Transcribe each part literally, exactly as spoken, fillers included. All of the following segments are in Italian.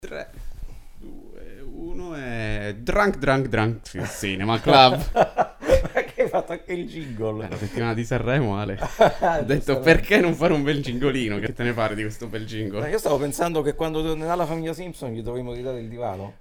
tre, due, uno e... Drunk, drunk, drunk Cinema Club. Che hai fatto anche il jingle. Eh, la settimana di Sanremo, Ale. Ho detto, Giustamente. perché non fare un bel gingolino? Che te ne pare di questo bel jingle? No, io stavo pensando che quando tornerà la famiglia Simpson gli dovremmo ridare il divano.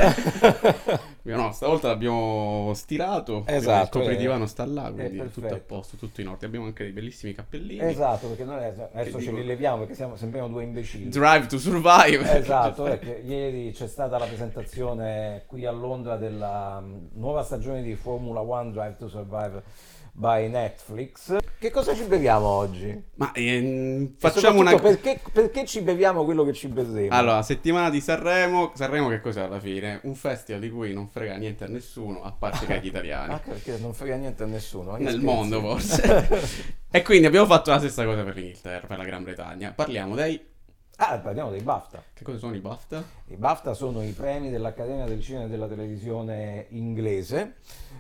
No, stavolta l'abbiamo stirato. Esatto, Il copridivano eh, sta là, è quindi è tutto a perfetto. posto, tutto in ordine. Abbiamo anche dei bellissimi cappellini. Esatto, perché noi adesso Che ce dico- li leviamo perché siamo, sembriamo due imbecilli. Drive to Survive. Esatto, perché ieri c'è stata la presentazione qui a Londra della mm, nuova stagione di Formula One Drive to Survive by Netflix. Che cosa ci beviamo oggi? Ma ehm, E facciamo una... soprattutto perché, perché ci beviamo quello che ci berremo? Allora, settimana di Sanremo. Sanremo che cos'è alla fine? Un festival di cui non frega niente a nessuno, a parte che agli italiani. Ah, perché non frega niente a nessuno. ma che Nel scherzi. mondo forse. E quindi abbiamo fatto la stessa cosa per l'Inghilterra, per la Gran Bretagna. Parliamo dei... Ah, parliamo dei BAFTA. Che cosa sono i BAFTA? I BAFTA sono i premi dell'Accademia del Cinema e della Televisione inglese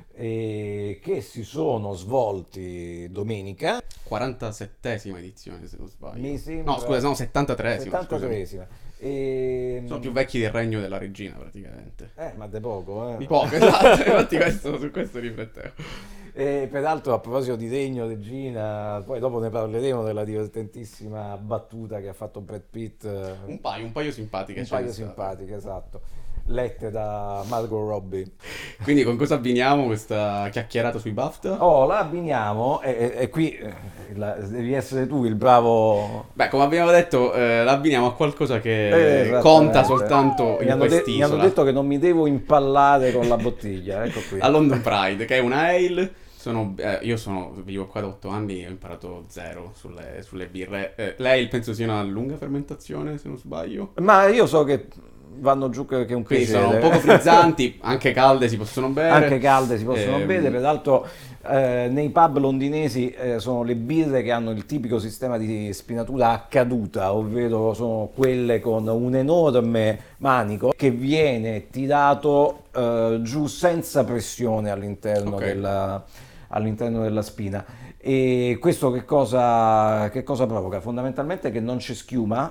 eh, che si sono svolti domenica. quarantasettesima edizione, se non sbaglio. Mi sembra- No, scusa, no, settantatreesima. scusami. settantatreesima. E... Sono più vecchi del regno della regina, praticamente. Eh, ma de poco, eh. Di poco, esatto. Infatti questo, su questo riflettevo. E peraltro, a proposito di Regno Regina, poi dopo ne parleremo della divertentissima battuta che ha fatto Brad Pitt. eh, Un paio, un paio simpatiche. un ce ne paio sono. simpatiche, esatto. Lette da Margot Robbie. Quindi con cosa abbiniamo questa chiacchierata sui BAFTA? Oh, la abbiniamo e, e- e qui eh, la- devi essere tu il bravo. Beh, come abbiamo detto, eh, l'abbiniamo a qualcosa Eh, che esattamente. conta soltanto Mi in hanno, de- mi hanno quest'isola. detto che non mi devo impallare con la bottiglia, ecco qui. A London Pride, che è una ale. Sono, eh, io sono, vivo qua da otto anni e ho imparato zero sulle, sulle birre. Eh, lei penso sia una lunga fermentazione, se non sbaglio. Ma io so che vanno giù che che è un Quindi piacere. sono poco frizzanti, anche calde si possono bere. Anche calde si possono Ehm, bere, peraltro eh, nei pub londinesi eh, sono le birre che hanno il tipico sistema di spinatura a caduta, ovvero sono quelle con un enorme manico che viene tirato eh, giù senza pressione all'interno Ok. della, all'interno della spina. E questo che cosa, che cosa provoca? Fondamentalmente che non c'è schiuma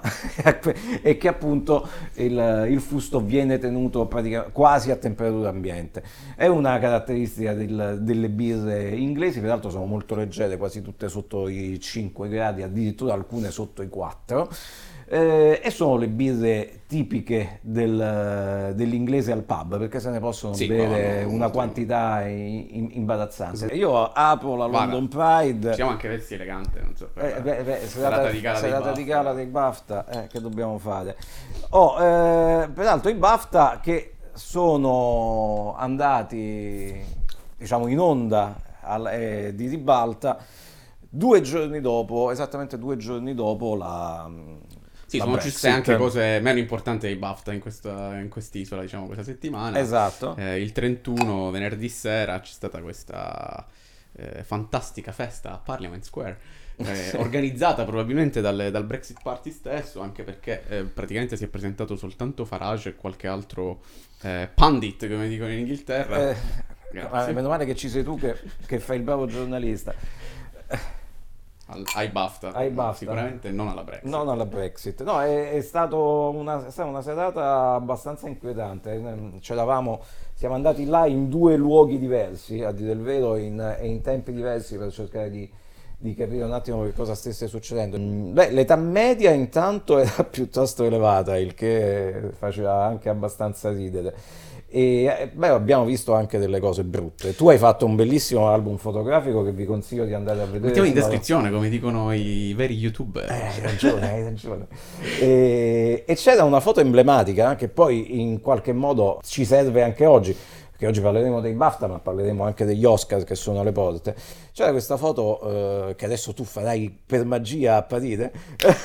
e che appunto il, il fusto viene tenuto pratica- quasi a temperatura ambiente. È una caratteristica del- delle birre inglesi, peraltro sono molto leggere, quasi tutte sotto i cinque gradi, addirittura alcune sotto i quattro. Eh, e sono le birre tipiche del- dell'inglese al pub, perché se ne possono Sì, bere no, no, una molto. quantità in- in- imbarazzante. Io apro la Guarda, London Pride. Siamo anche vestiti elegante, non so. Per Eh, beh, beh, serata serata, di gala dei serata di BAFTA. gala dei BAFTA, eh, che dobbiamo fare? Oh, eh, peraltro i BAFTA che sono andati, diciamo, in onda al- eh, di ribalta due giorni dopo, esattamente due giorni dopo la, Sì, la sono Brexit. giuste anche cose meno importanti dei BAFTA in, questa, in quest'isola, diciamo, questa settimana. Esatto. Eh, il trentuno, venerdì sera, c'è stata questa eh, fantastica festa a Parliament Square, eh, organizzata probabilmente dal, dal Brexit Party stesso, anche perché eh, praticamente si è presentato soltanto Farage e qualche altro eh, pundit, come dicono in Inghilterra. Eh, Grazie. ma meno male che ci sei tu che, che fai il bravo giornalista. Al- ai BAFTA, Ai BAFTA. sicuramente non alla Brexit. Non alla Brexit, no, è, è stato una, è stata una serata abbastanza inquietante. C'eravamo, siamo andati là in due luoghi diversi, a dire il vero, in- e in tempi diversi per cercare di, di capire un attimo che cosa stesse succedendo. Mm, Beh, l'età media intanto era piuttosto elevata, il che faceva anche abbastanza ridere. E eh, beh, abbiamo visto anche delle cose brutte. Tu hai fatto un bellissimo album fotografico che vi consiglio di andare a vedere. Mettiamo in se no- descrizione, come dicono i veri youtuber. eh, hai ragione, hai ragione. E, e c'era una foto emblematica che poi in qualche modo ci serve anche oggi, perché oggi parleremo dei BAFTA, ma parleremo anche degli Oscar che sono alle porte. C'era questa foto eh, che adesso tu farai per magia apparire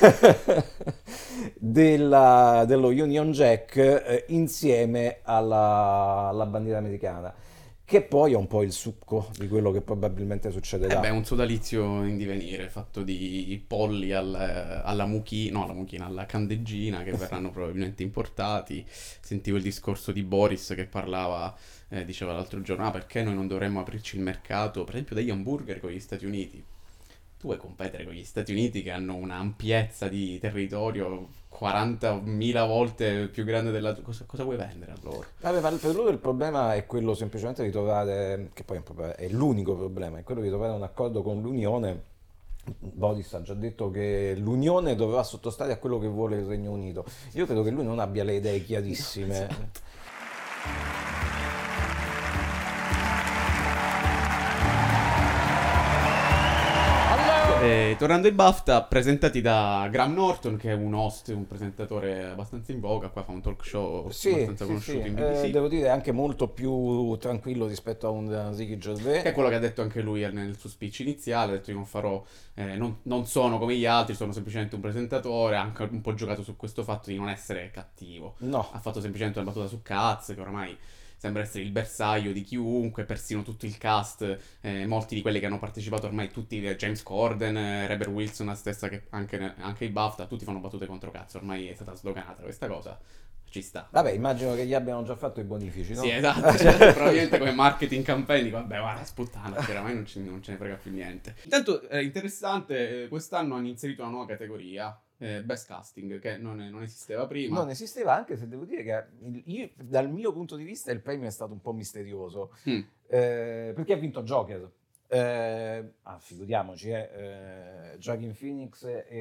della- dello Union Jack eh, insieme alla, alla bandiera americana, che poi è un po' il succo di quello che probabilmente Eh succederà. beh, un sodalizio in divenire, fatto di polli al- alla mucchina, no, alla mucchina, alla candeggina, che verranno probabilmente importati. Sentivo il discorso di Boris che parlava, eh, diceva l'altro giorno, ah, perché noi non dovremmo aprirci il mercato, per esempio, degli hamburger con gli Stati Uniti? tu vuoi competere con gli Stati Uniti che hanno un'ampiezza di territorio quarantamila volte più grande della tua. Cosa, cosa vuoi vendere a loro? Vabbè, ma per loro il problema è quello semplicemente di trovare, che poi è, un problema- è l'unico problema, è quello di trovare un accordo con l'Unione. Boris ha già detto che l'Unione dovrà sottostare a quello che vuole il Regno Unito. Io credo che lui non abbia le idee chiarissime. Esatto. Eh, tornando ai BAFTA, presentati da Graham Norton, che è un host, un presentatore abbastanza in voga, qua fa un talk show Sì, abbastanza sì, conosciuto sì. in B B C, Eh, devo dire anche molto più tranquillo rispetto a un Ricky Gervais. che è quello che ha detto anche lui nel suo speech iniziale. Ha detto: io non farò, eh, non, non sono come gli altri, sono semplicemente un presentatore. Ha anche un po' giocato su questo fatto di non essere cattivo. No, Ha fatto semplicemente una battuta su Cats, che oramai sembra essere il bersaglio di chiunque, persino tutto il cast, eh, molti di quelli che hanno partecipato ormai, tutti, eh, James Corden, eh, Rebel Wilson, la stessa, che anche, anche i BAFTA, tutti fanno battute contro Cats, ormai è stata sdoganata questa cosa, ci sta. vabbè, immagino che gli abbiano già fatto i bonifici, no? Sì, esatto, cioè, probabilmente come marketing campaign dico, vabbè, guarda, sputtana, oramai non, ce- non ce ne frega più niente. Intanto è interessante, eh, quest'anno hanno inserito una nuova categoria, eh, Best Casting, che non, non esisteva prima. Non esisteva, anche se devo dire che il- io, dal mio punto di vista il premio è stato un po' misterioso, Mm. eh, perché ha vinto Joker. Eh, ah, figuriamoci, eh, eh, Joaquin Phoenix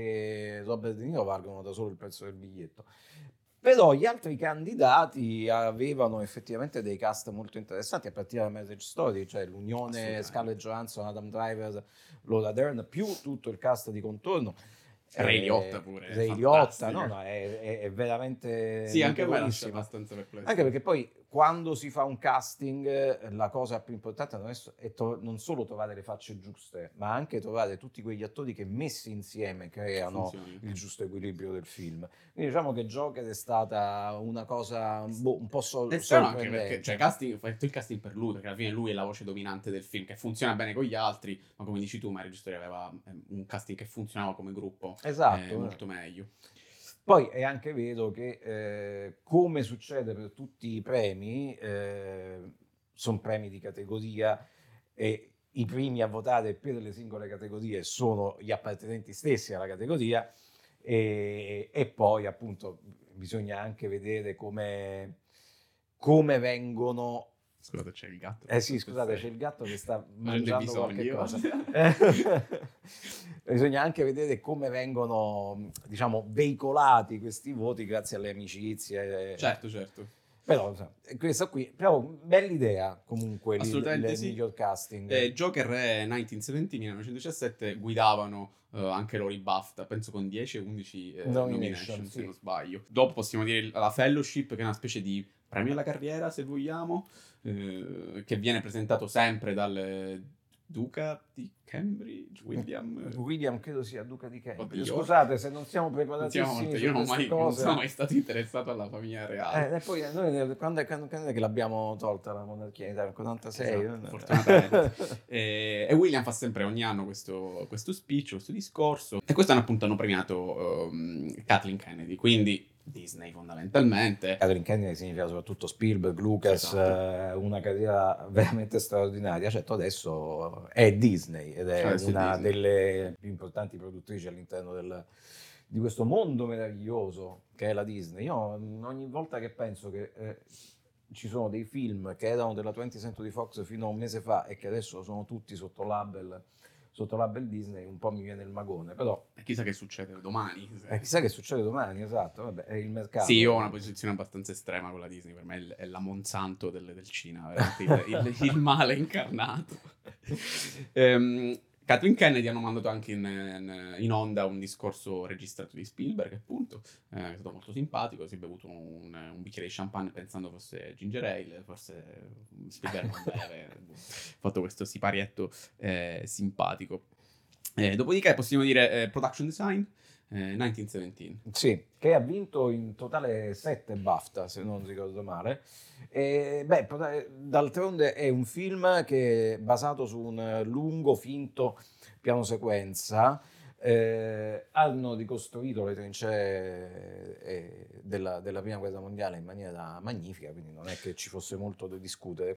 e Robert De Niro valgono da solo il prezzo del biglietto. Però gli altri candidati avevano effettivamente dei cast molto interessanti, a partire da Marriage Story, cioè l'unione Assolutamente. Scarlett Johansson, Adam Driver, Laura Dern, più tutto il cast di contorno. Ray Eh, Liotta pure, Ray Liotta, fantastico. no, no, è, è- è veramente Sì, anche a me lascia notevolissima. abbastanza perplesso. Anche perché poi quando si fa un casting, eh, la cosa più importante non è, so- è to- non solo trovare le facce giuste, ma anche trovare tutti quegli attori che messi insieme creano Funzioni. il giusto equilibrio del film. Quindi diciamo che Joker è stata una cosa boh, un po' sol- È strano anche sorprendente. perché, cioè, casting, ho fatto il casting per lui, perché alla fine lui è la voce dominante del film, che funziona bene con gli altri, ma come dici tu, Marriage Story aveva eh, un casting che funzionava come gruppo, Esatto. eh, molto meglio. Poi è anche vero che, eh, come succede per tutti i premi, sono premi di categoria e i primi a votare per le singole categorie sono gli appartenenti stessi alla categoria e, e poi appunto bisogna anche vedere come, come vengono. Scusate, c'è il gatto. Eh sì, scusate, c'è il gatto che sta Facendo i mangiando qualche bisogni, cosa. io. Bisogna anche vedere come vengono, diciamo, veicolati questi voti grazie alle amicizie. Certo, certo. Però, insomma, questa qui, però, bella idea comunque, il, Assolutamente il sì. miglior casting. Eh, Joker e millenovecentodiciassette millenovecentodiciassette guidavano eh, anche loro i BAFTA, penso con dieci o undici eh, Nomination, nomination, se sì. non sbaglio. Dopo possiamo dire la Fellowship, che è una specie di premio alla carriera, se vogliamo, eh, che viene presentato sempre dal Duca di Cambridge, William. William credo sia Duca di Cambridge. Oddio. Scusate se non siamo Non preparatissimi siamo molto- su io non, ho queste mai, non cose. sono mai stato interessato alla famiglia reale. Eh, e poi noi quando, è- quando- quando è che l'abbiamo tolta la monarchia in Italia? quarantasei? Esatto, fortunatamente. e, e William fa sempre ogni anno questo, questo speech, questo discorso. E quest'anno appunto hanno premiato um, Kathleen Kennedy, quindi Disney fondamentalmente. Kathleen Kennedy significa soprattutto Spielberg, Lucas, Esatto. eh, una carriera veramente straordinaria. Certo, adesso è Disney ed è Adesso è una Disney. delle più importanti produttrici all'interno del- di questo mondo meraviglioso che è la Disney. Io ogni volta che penso che eh, ci sono dei film che erano della twentieth Century Fox fino a un mese fa e che adesso sono tutti sotto label, sotto label Disney, un po' mi viene il magone, però E chissà che succede domani. se- eh, chissà che succede domani, esatto, vabbè, è il mercato. Sì, io ho una posizione abbastanza estrema con la Disney, per me è, è la Monsanto del, del cinema, veramente il, il- il male incarnato. Ehm, Kathleen Kennedy hanno mandato anche in, in- in onda un discorso registrato di Spielberg, appunto, eh, è stato molto simpatico, si è bevuto un, un bicchiere di champagne pensando fosse ginger ale, forse Spielberg non beve, ha fatto questo siparietto eh, simpatico. Eh, dopodiché possiamo dire eh, production design, eh, millenovecentodiciassette. Sì, che ha vinto in totale sette BAFTA, se non ricordo male. E, beh, pot- d'altronde è un film che è basato su un lungo, finto piano sequenza. Eh, hanno ricostruito le trincee eh, della, della Prima Guerra Mondiale in maniera magnifica, quindi non è che ci fosse molto da discutere.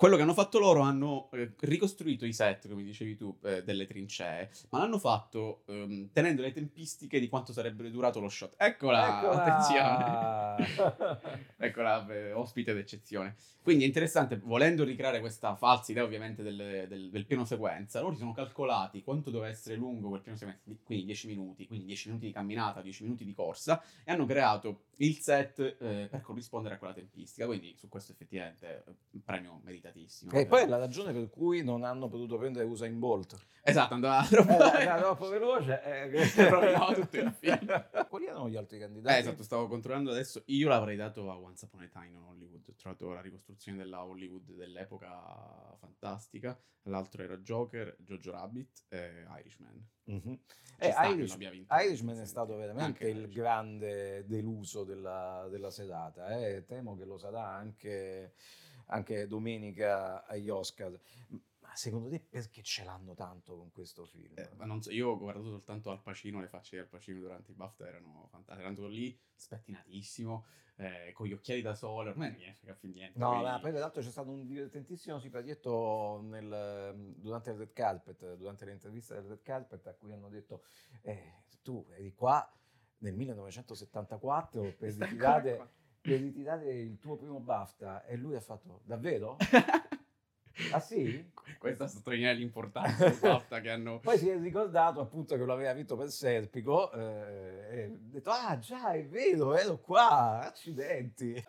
quello che hanno fatto loro, hanno eh, ricostruito i set, come dicevi tu, eh, delle trincee, ma l'hanno fatto ehm, tenendo le tempistiche di quanto sarebbe durato lo shot. Eccola, Eccola! attenzione. Eccola, eh, ospite d'eccezione. Quindi è interessante, volendo ricreare questa falsa idea ovviamente del, del- del piano sequenza, loro si sono calcolati quanto doveva essere lungo quel piano sequenza, di- quindi dieci minuti, quindi dieci minuti di camminata, dieci minuti di corsa, e hanno creato il set eh, per corrispondere a quella tempistica. Quindi su questo effettivamente eh, un premio meritatissimo. E poi è la ragione per cui non hanno potuto prendere Usain Bolt. Esatto, andava troppo, Era, era troppo veloce. Eh, rovinava tutto il film. Quali erano gli altri candidati? Eh, esatto, stavo controllando adesso. Io l'avrei dato a Once Upon a Time in Hollywood. Ho trovato la ricostruzione della Hollywood dell'epoca fantastica. L'altro era Joker, Jojo Rabbit e Irishman. Mhm. Ci Eh, sta che Irish- l'abbia vinto. Irishman è stato veramente Anche il Irishman. grande deluso della, della serata. Eh. Temo che lo sarà anche, anche domenica agli Oscar. Ma secondo te perché ce l'hanno tanto con questo film? Eh, ma non so, io ho guardato soltanto Al Pacino, le facce di Al Pacino durante i BAFTA erano fantastiche. Era andato lì spettinatissimo, eh, con gli occhiali da sole, ormai non ne frega più niente. No, quindi- ma poi tra l'altro c'è stato un divertentissimo siparietto nel, durante il red carpet, durante l'intervista del red carpet, a cui hanno detto eh, tu eri qua nel millenovecentosettantaquattro per Sta ritirare, ancora per ritirare il tuo primo BAFTA, e lui ha fatto davvero? qua. Ah sì? Questa sottolinea l'importanza del BAFTA che hanno... Poi si è ricordato appunto che lo aveva vinto per Serpico eh, e ha detto ah già è vero, ero qua, accidenti.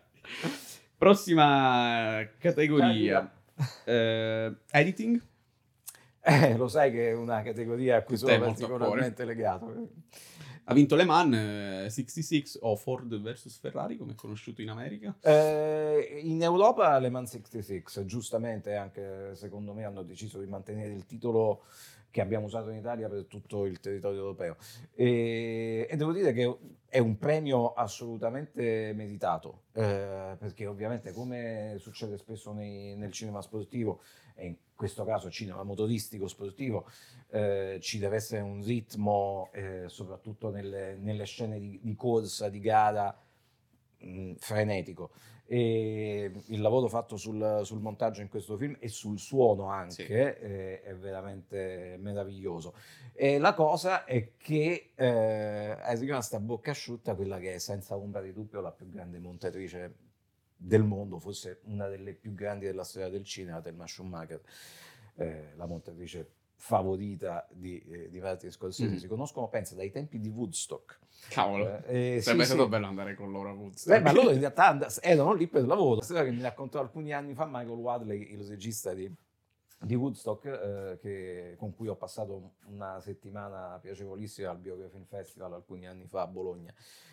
Prossima categoria. Eh, editing. Eh, lo sai che è una categoria a cui Che sono stai molto a particolarmente legato. Ha vinto Le Mans, eh, sessantasei o Ford versus Ferrari, come è conosciuto in America. Eh, in Europa Le Mans sessantasei, giustamente anche secondo me hanno deciso di mantenere il titolo che abbiamo usato in Italia per tutto il territorio europeo e, e devo dire che è un premio assolutamente meritato eh, perché ovviamente, come succede spesso nei- nel cinema sportivo e in questo caso cinema motoristico sportivo, eh, ci deve essere un ritmo eh, soprattutto nelle, nelle scene di, di corsa, di gara mh, frenetico, e il lavoro fatto sul, sul montaggio in questo film e sul suono anche Sì. eh, è veramente meraviglioso. E la cosa è che eh, è rimasta a bocca asciutta quella che è senza ombra di dubbio la più grande montatrice del mondo, forse una delle più grandi della storia del cinema, Thelma Schumacher, eh, la montatrice favorita di, eh, di Martin Scorsese. Mm. Si conoscono, pensa, dai tempi di Woodstock. Cavolo. Eh, eh, Sarebbe sì, stato sì. bello andare con loro a Woodstock. Beh, ma loro in realtà and- erano lì per lavoro. Questa che mi raccontò alcuni anni fa Michael Wadley, il regista di, di Woodstock, eh, che- con cui ho passato una settimana piacevolissima al Biography Film Festival alcuni anni fa a Bologna.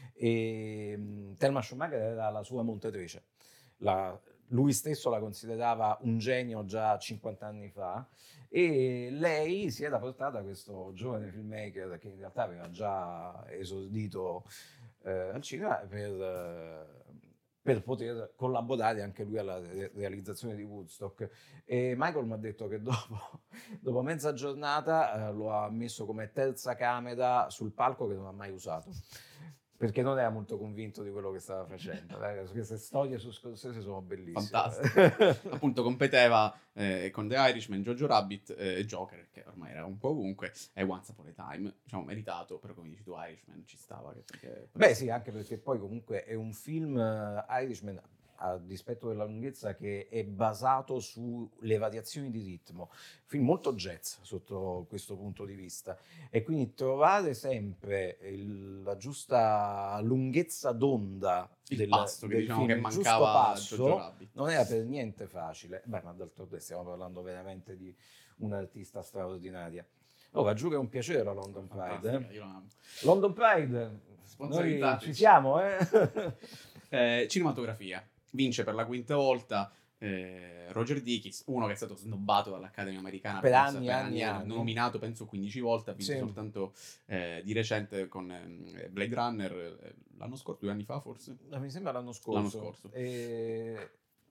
E mh, Thelma Schumacher era la sua montatrice. La- lui stesso la considerava un genio già cinquanta anni fa, e lei si era portata questo giovane filmmaker che in realtà aveva già esordito eh, al cinema per, eh, per poter collaborare anche lui alla re- realizzazione di Woodstock. E Michael mi ha detto che dopo, dopo mezza giornata eh, lo ha messo come terza camera sul palco, che non ha mai usato, perché non era molto convinto di quello che stava facendo. Eh, Queste storie su Scorsese sono bellissime. Fantastico. Appunto competeva eh, con The Irishman, Jojo Rabbit e eh, Joker, che ormai era un po' ovunque, e Once Upon a Time, diciamo meritato, però come dici tu Irishman ci stava. Che, perché... Beh sì, anche perché poi comunque è un film, eh, Irishman, a dispetto della lunghezza, che è basato sulle variazioni di ritmo, film molto jazz sotto questo punto di vista, e quindi trovare sempre il- la giusta lunghezza d'onda Il del, passo che del diciamo film, che il giusto mancava a passo, Jojo Rabbit. non era per niente facile. Beh, ma d'altronde stiamo parlando veramente di un'artista straordinaria. Oh, va giù che è un piacere la London Pride. Fantastica, eh. io la amo. London Pride, noi Sponsorizzateci. ci siamo, eh? Eh, cinematografia. Vince per la quinta volta eh, Roger Deakins, uno che è stato snobbato dall'Accademia Americana Per penso, anni, per anni, è anni. nominato penso quindici volte, ha vinto Sì. soltanto eh, di recente con eh, Blade Runner eh, l'anno scorso, due anni fa forse. Mi sembra l'anno scorso. L'anno scorso. E...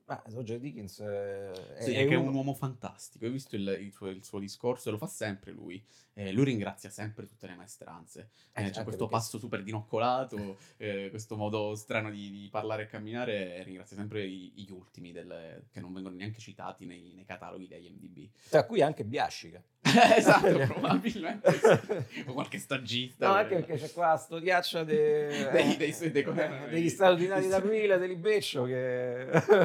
Ma Roger Dickens eh, è, Sì, è che è uno- un uomo fantastico. Hai visto il, il suo, il suo discorso? E lo fa sempre lui. Eh, lui ringrazia sempre tutte le maestranze. eh, Eh, c'è anche questo perché passo super dinoccolato, eh, questo modo strano di, di parlare e camminare. E ringrazia sempre i- gli ultimi del- che non vengono neanche citati nei, nei cataloghi di I M D B. tra cui anche Biascica. Esatto, probabilmente sì. O qualche stagista. No, anche per- perché c'è qua sto ghiaccio de- Dei- eh, dei suoi- dei- eh, degli dei- straordinari dei- d'aprile, dell'Ibeccio che...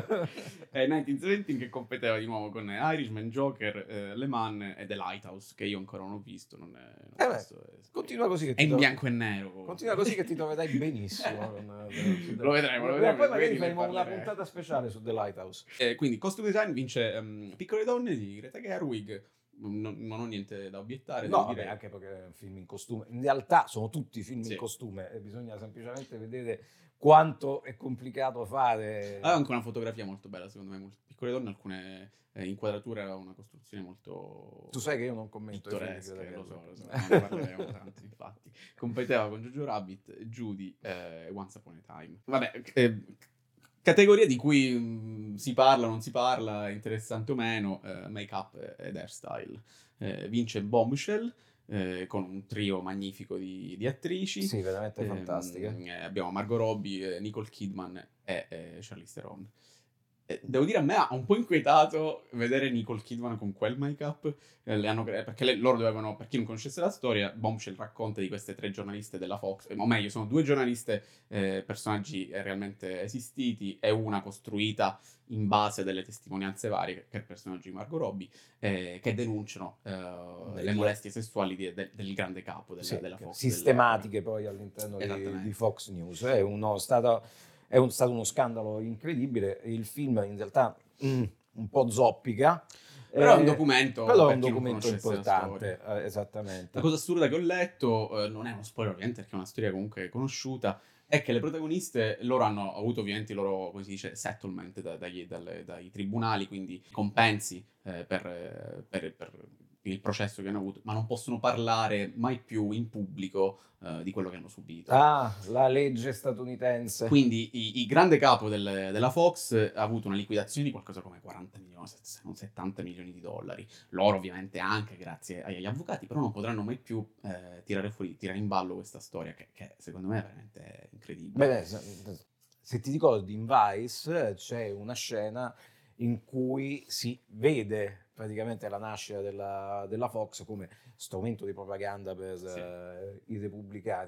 Eh, millenovecentodiciannove che competeva di nuovo con Irishman, Joker, eh, Le Mans e The Lighthouse, che io ancora non ho visto. Non, è, non Eh ho beh, visto, eh, continua così che è ti in tro- bianco e nero. Continua così che ti troverai benissimo. con- Lo vedremo, lo Prima o vedremo. poi magari vedi, ne faremo una parleremo. puntata speciale su The Lighthouse. Eh, quindi Costume Design vince ehm, Piccole donne di Greta Gerwig. Non, non ho niente da obiettare. No, devo vabbè, dire. anche perché è un film in costume. In realtà sono tutti film Sì. in costume e bisogna semplicemente vedere quanto è complicato fare. Ha anche una fotografia molto bella, secondo me. Molto piccole donne, alcune eh, inquadrature, una costruzione molto. Tu sai che io non commento i film di pittoresche, Greta lo so, Gerwig. lo so, non ne parleremo tanto, infatti. Competeva con Jojo Rabbit, Judy e Once Upon a Time. Vabbè, eh, categoria di cui mh, si parla, non si parla, interessante o meno, eh, make-up ed hairstyle. Eh, vince Bombshell, eh, con un trio magnifico di, di attrici. Sì, veramente Ehm, fantastiche. eh, abbiamo Margot Robbie, eh, Nicole Kidman e eh, Charlize Theron. Eh, devo dire, a me ha un po' inquietato vedere Nicole Kidman con quel make-up, eh, le hanno cre- perché le- loro dovevano, per chi non conoscesse la storia, Bombshell racconta di queste tre giornaliste della Fox, eh, o meglio, sono due giornaliste, eh, personaggi eh, realmente esistiti, e una costruita in base delle testimonianze varie, che è il personaggio di Margot Robbie, eh, che denunciano eh, le molestie sessuali di- de- del grande capo della, Sì, della Fox. sistematiche poi all'interno di, Esattamente. di Fox News. È, uno, stato, è un- stato uno scandalo incredibile. Il film in realtà mm, un po' zoppica. Però è un eh, documento però è per un chi non documento conoscesse la importante, storia. eh, esattamente. La cosa assurda che ho letto, eh, non è uno spoiler ovviamente perché è una storia comunque conosciuta, è che le protagoniste, loro hanno avuto ovviamente i loro, come si dice, settlement da- dagli- dalle- dai tribunali, quindi compensi eh, per, eh, per- per il processo che hanno avuto, ma non possono parlare mai più in pubblico eh, di quello che hanno subito. Ah, la legge statunitense. Quindi i- il grande capo del- della Fox ha avuto una liquidazione di qualcosa come quaranta milioni, se non settanta milioni di dollari. Loro ovviamente anche grazie agli avvocati, però non potranno mai più eh, tirare fuori, tirare in ballo questa storia che, che secondo me è veramente incredibile. Beh, se, se ti ricordi in Vice c'è una scena in cui si vede praticamente la nascita della, della Fox come strumento di propaganda per Sì. eh, i repubblicani.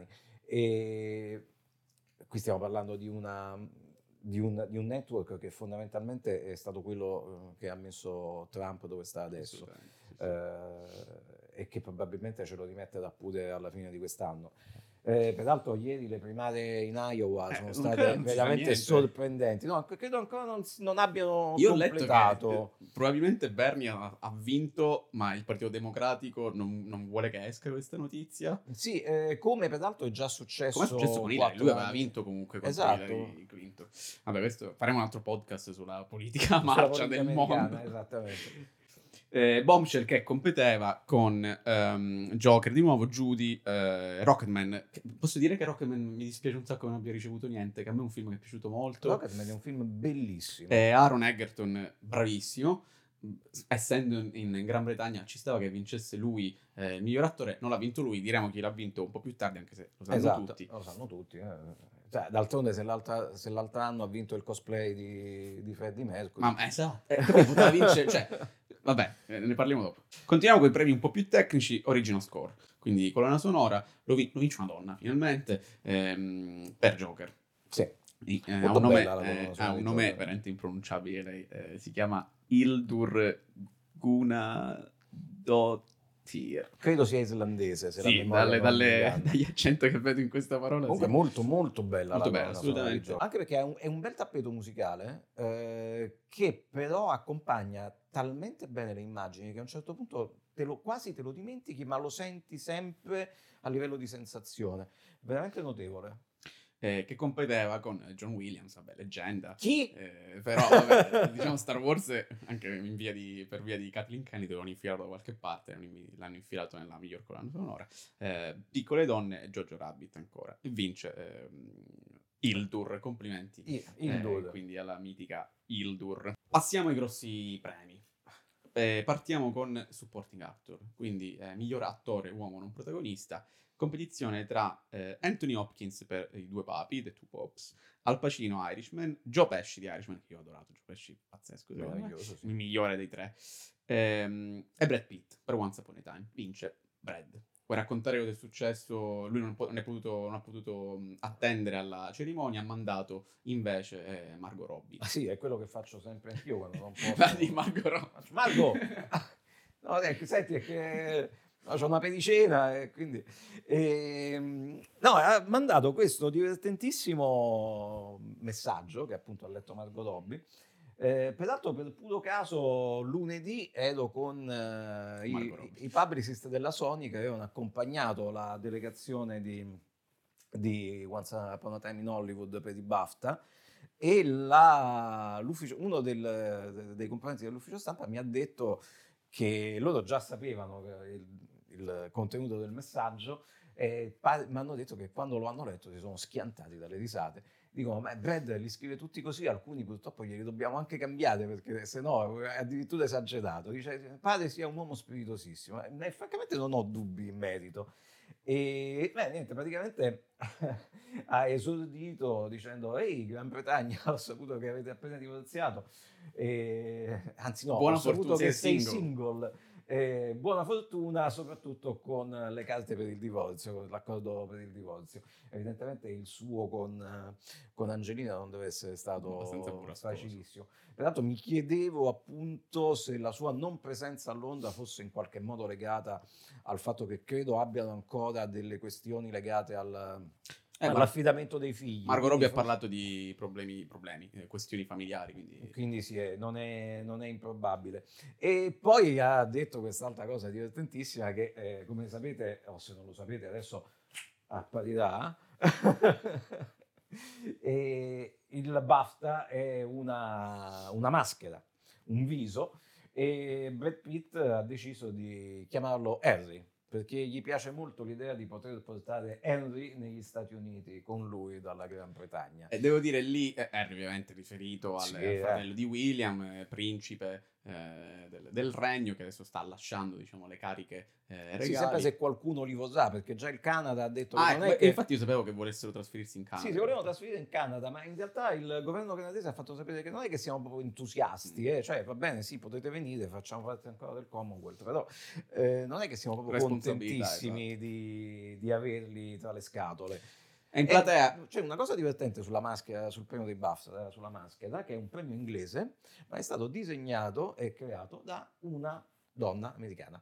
E qui stiamo parlando di, una, di, un, di un network che fondamentalmente è stato quello eh, che ha messo Trump dove sta adesso. Assolutamente, sì, sì. eh, e che probabilmente ce lo rimetterà pure alla fine di quest'anno. Eh, peraltro ieri le primarie in Iowa Eh, sono non state credo non si sa veramente niente. sorprendenti. No, credo ancora non, non abbiano Io ho letto completato. che eh, probabilmente Bernie ha, ha vinto, ma il Partito Democratico non, non vuole che esca questa notizia. Sì, eh, come peraltro è già successo, Come è successo con Hillary, quattro lui aveva anni- vinto comunque contro Esatto. Hillary Clinton. Vabbè, questo faremo un altro podcast sulla politica sulla marcia politica del americana, mondo. esattamente. Eh, Bombshell che competeva con ehm, Joker di nuovo, Judy, eh, Rocketman. Che- posso dire che Rocketman mi dispiace un sacco che non abbia ricevuto niente, che a me è un film che è piaciuto molto. Rocketman è un film bellissimo. Eh, Aaron Egerton, bravissimo. Essendo in, in Gran Bretagna ci stava che vincesse lui eh, il miglior attore, non l'ha vinto lui, diremo chi l'ha vinto un po' più tardi, anche se lo sanno Esatto, tutti. lo sanno tutti. eh. Cioè, d'altronde se, l'altra- se l'altro anno ha vinto il cosplay di, di Freddie Mercury. Ma esatto, eh, poi poteva vincere, cioè, vabbè, eh, ne parliamo dopo. Continuiamo con i premi un po' più tecnici, original score, quindi colonna sonora, lo, vi- lo vince una donna finalmente, ehm, per Joker. Sì. I- eh, ha Molto un nome, bella la colonna eh, sonora ha un di nome Joker. veramente impronunciabile, lei, eh, si chiama Hildur Guðnadóttir. Credo sia islandese, se la Sì, memoria dalle, non mi dalle, inganna. dagli accenti che vedo in questa parola. Comunque sì. molto molto bella Molto la bella, colonna sonora di assolutamente. Joker. Anche perché è un, è un bel tappeto musicale eh, che però accompagna talmente bene le immagini che a un certo punto te lo, quasi te lo dimentichi, ma lo senti sempre a livello di sensazione. Veramente notevole. Eh, che competeva con John Williams, vabbè, leggenda. Chi? Eh, però, vabbè, diciamo Star Wars, eh, anche in via di, per via di Kathleen Kennedy, dovevano infilarlo da qualche parte, l'hanno invi- l'hanno infilato nella miglior colonna sonora. Eh, Piccole donne e Jojo Rabbit ancora. E vince ehm, Hildur, complimenti. I- Hildur. Eh, quindi alla mitica Hildur. Passiamo ai grossi premi. Eh, partiamo con Supporting Actor, quindi eh, miglior attore uomo non protagonista, competizione tra eh, Anthony Hopkins per I Due Papi, The Two Popes, Al Pacino Irishman, Joe Pesci di Irishman, che io ho adorato, Joe Pesci pazzesco, secondo me, Meraviglioso, sì. il migliore dei tre, ehm, e Brad Pitt per Once Upon a Time, vince Brad. Vuoi raccontare cosa è successo? Lui non, po- non è potuto, non ha potuto mh, attendere alla cerimonia, ha mandato invece eh, Margot Robbie. Ah, sì, è quello che faccio sempre anch'io quando non posso. Va di Margot Robbie. Faccio, Margot! No, ecco, senti, è che no, c'ho una pericena e quindi... ehm, no, ha mandato questo divertentissimo messaggio che appunto ha letto Margot Robbie. Eh, peraltro per puro caso lunedì ero con eh, i, i publicist della Sony che avevano accompagnato la delegazione di, di Once Upon a Time in Hollywood per i BAFTA e la, uno del, dei componenti dell'ufficio stampa mi ha detto che loro già sapevano il, il contenuto del messaggio e mi hanno detto che quando lo hanno letto si sono schiantati dalle risate. Dicono, ma Brad li scrive tutti così, alcuni purtroppo glieli dobbiamo anche cambiare perché se no è addirittura esagerato. Dice, pare sia un uomo spiritosissimo. E francamente non ho dubbi in merito. E beh, niente, praticamente ha esordito dicendo, ehi, Gran Bretagna, ho saputo che avete appena divorziato. E, anzi no, Buona ho saputo fortuna, che sei sei single. single. Eh, buona fortuna soprattutto con le carte per il divorzio, con l'accordo per il divorzio. Evidentemente il suo con, con Angelina non deve essere stato facilissimo. Peraltro mi chiedevo appunto se la sua non presenza a Londra fosse in qualche modo legata al fatto che credo abbiano ancora delle questioni legate al... Eh, all'affidamento dei figli. Margot Robbie ha parlato di problemi, problemi eh, questioni familiari. Quindi, quindi sì, è, non, è, non è improbabile. E poi ha detto quest'altra cosa divertentissima che, eh, come sapete, o se non lo sapete adesso apparirà, e il BAFTA è una, una maschera, un viso, e Brad Pitt ha deciso di chiamarlo Harry, perché gli piace molto l'idea di poter portare Henry negli Stati Uniti con lui dalla Gran Bretagna. E devo dire lì, eh, Henry ovviamente riferito al, Sì, al fratello eh. di William, eh, principe eh, del, del regno, che adesso sta lasciando, diciamo, le cariche eh, regali. Sì, sempre se qualcuno li vorrà, perché già il Canada ha detto ah, che non è beh, che... infatti io sapevo che volessero trasferirsi in Canada. Sì, si volevano trasferire in Canada, ma in realtà il governo canadese ha fatto sapere che non è che siamo proprio entusiasti, eh? Cioè va bene, sì, potete venire, facciamo parte ancora del Commonwealth, però eh, non è che siamo proprio contentissimi esatto. di, di averli tra le scatole. E in platea... C'è una cosa divertente sulla maschera, sul premio dei BAFTA, sulla maschera, che è un premio inglese, ma è stato disegnato e creato da una donna americana.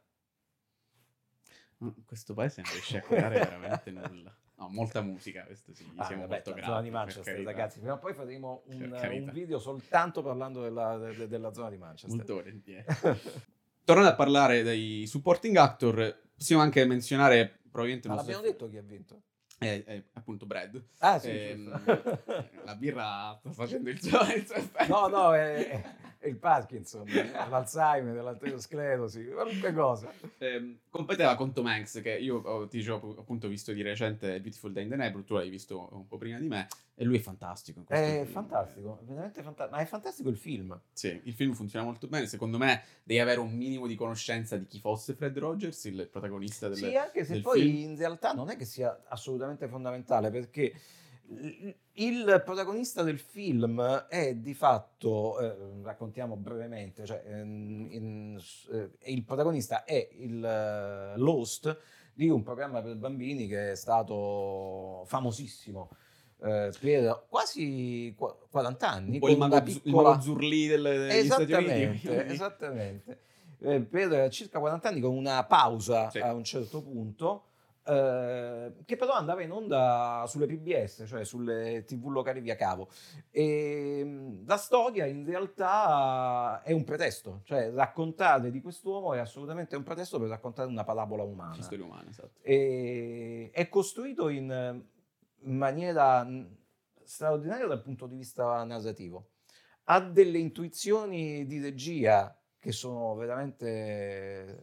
Questo paese non riesce a creare veramente nulla. No, molta musica, questo sì, gli ah, siamo vabbè, molto grati. Zona di Manchester, ragazzi, prima o poi faremo un, un video soltanto parlando della, de, della zona di Manchester. Molto volentieri. Tornando a parlare dei supporting actor, possiamo anche menzionare probabilmente... Ma l'abbiamo detto chi ha vinto? È, è appunto Brad. Ah, sì, ehm, la birra sta facendo il suo, il suo effetto. No, no, è, è, è il Parkinson, l'Alzheimer, l'arteriosclerosi, qualunque cosa. Eh, competeva con Tom Hanks, che io oh, ti ho appunto visto di recente Beautiful Day in the Neighborhood, tu l'hai visto un po' prima di me, e lui è fantastico. In è film. fantastico, veramente fantastico, ma è fantastico il film. Sì, il film funziona molto bene, secondo me devi avere un minimo di conoscenza di chi fosse Fred Rogers, il protagonista del film. Sì, anche se poi film. In realtà non è che sia assolutamente fondamentale, perché il protagonista del film è di fatto, eh, raccontiamo brevemente, cioè, in, in, eh, il protagonista è il uh, l'host di un programma per bambini che è stato famosissimo eh, per quasi quaranta anni. Un po' il mago, piccola... il mago Zurlì del, degli Stati Uniti. Esattamente, eh, per circa quaranta anni, con una pausa sì. a un certo punto. Uh, che però andava in onda sulle P B S, cioè sulle tivù locali via cavo. E la storia in realtà è un pretesto, cioè raccontare di quest'uomo è assolutamente un pretesto per raccontare una parabola umana. Storia umana, esatto. E è costruito in maniera straordinaria dal punto di vista narrativo. Ha delle intuizioni di regia che sono veramente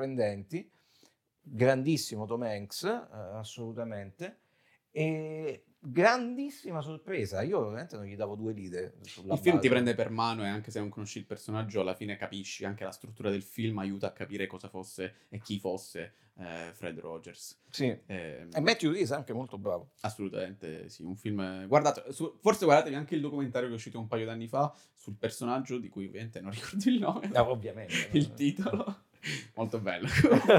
sorprendenti. Grandissimo Tom Hanks, eh, assolutamente, e grandissima sorpresa. Io ovviamente non gli davo due lire sulla Il film base. ti prende per mano e anche se non conosci il personaggio, alla fine capisci, anche la struttura del film aiuta a capire cosa fosse e chi fosse eh, Fred Rogers. Sì. Eh, E Matthew Rhys è anche molto bravo. Assolutamente sì, un film... Guardate, su- forse guardatevi anche il documentario che è uscito un paio d'anni fa sul personaggio di cui ovviamente non ricordo il nome. No, ovviamente. Il titolo. Molto bello.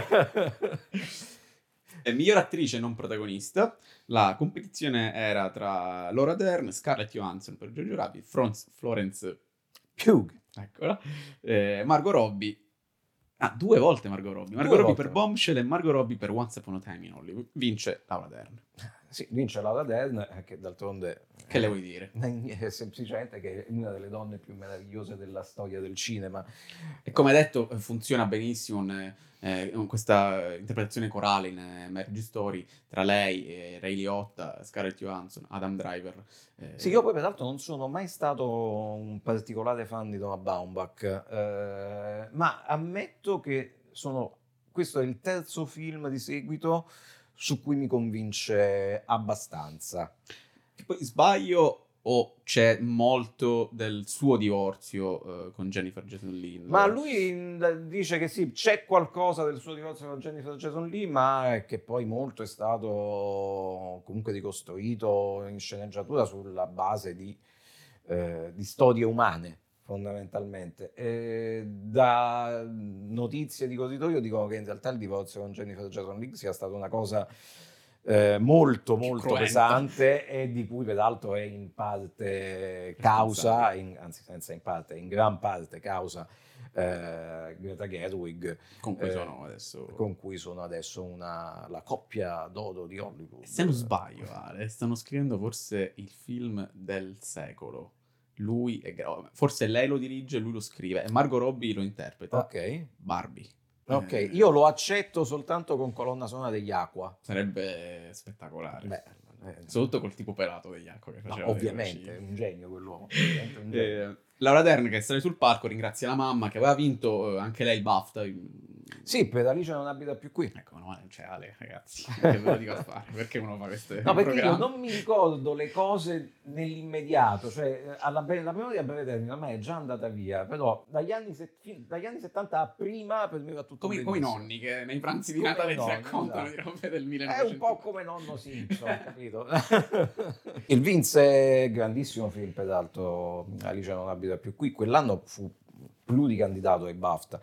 E miglior attrice non protagonista, la competizione era tra Laura Dern, Scarlett Johansson per Jojo Rabbit, Franz- Florence Pugh. eccola, eh, Margot Robbie. Ah, due volte Margot Robbie. Margot Due Robbie volte. per Bombshell e Margot Robbie per Once Upon a Time in Hollywood. Vince Laura Dern. Sì, vince Laura Dern, eh, che d'altronde... Che le vuoi dire? È semplicemente che è una delle donne più meravigliose della storia del cinema. E come detto, funziona benissimo in, eh, in questa interpretazione corale in eh, Marriage Story tra lei, e Ray Liotta, Scarlett Johansson, Adam Driver. Eh, Sì, io poi peraltro non sono mai stato un particolare fan di Noah Baumbach, eh, ma ammetto che sono, questo è il terzo film di seguito su cui mi convince abbastanza. Che poi sbaglio o c'è molto del suo divorzio eh, con Jennifer Jason Leigh? Ma lui mh, dice che sì, c'è qualcosa del suo divorzio con Jennifer Jason Leigh, ma è che poi molto è stato comunque ricostruito in sceneggiatura sulla base di, eh, di storie umane, fondamentalmente. E da notizie di corridoio dicono che in realtà il divorzio con Jennifer Jason Leigh sia stata una cosa eh, molto molto cruenta. pesante e di cui peraltro è in parte causa, in, anzi senza in parte, in gran parte causa eh, Greta Gerwig, Con cui eh, sono adesso... con cui sono adesso una, la coppia d'oro di Hollywood. Se non sbaglio, Ale, stanno scrivendo forse il film del secolo. Lui è... Forse lei lo dirige e lui lo scrive. E Margot Robbie lo interpreta. Ok. Barbie. Ok, Eh, io lo accetto soltanto con colonna sonora degli Aqua. Sarebbe spettacolare. Beh, eh, Soprattutto col tipo pelato degli Acqua che no, faceva. ovviamente, è un genio quell'uomo. ovviamente un genio. Eh, Laura Dern che sale sul palco ringrazia la mamma che aveva vinto eh, anche lei il BAFTA. Sì, per Alice non abita più qui. Ecco, no, non c'è Ale, ragazzi. Che ve lo dico a fare? Perché uno fa queste No, perché programmi? io non mi ricordo le cose nell'immediato, cioè alla be- la memoria a breve termine a me è già andata via, però dagli anni, set- fin- dagli anni settanta a prima per me va tutto Come, come i benissimo. nonni che nei pranzi di Come Natale i ti nonni, raccontano esatto. di robe del È millenovecento. un po' come nonno Simpson, capito? Il Vince è grandissimo film, peraltro Alice non abita più qui, quell'anno fu pluricandidato ai BAFTA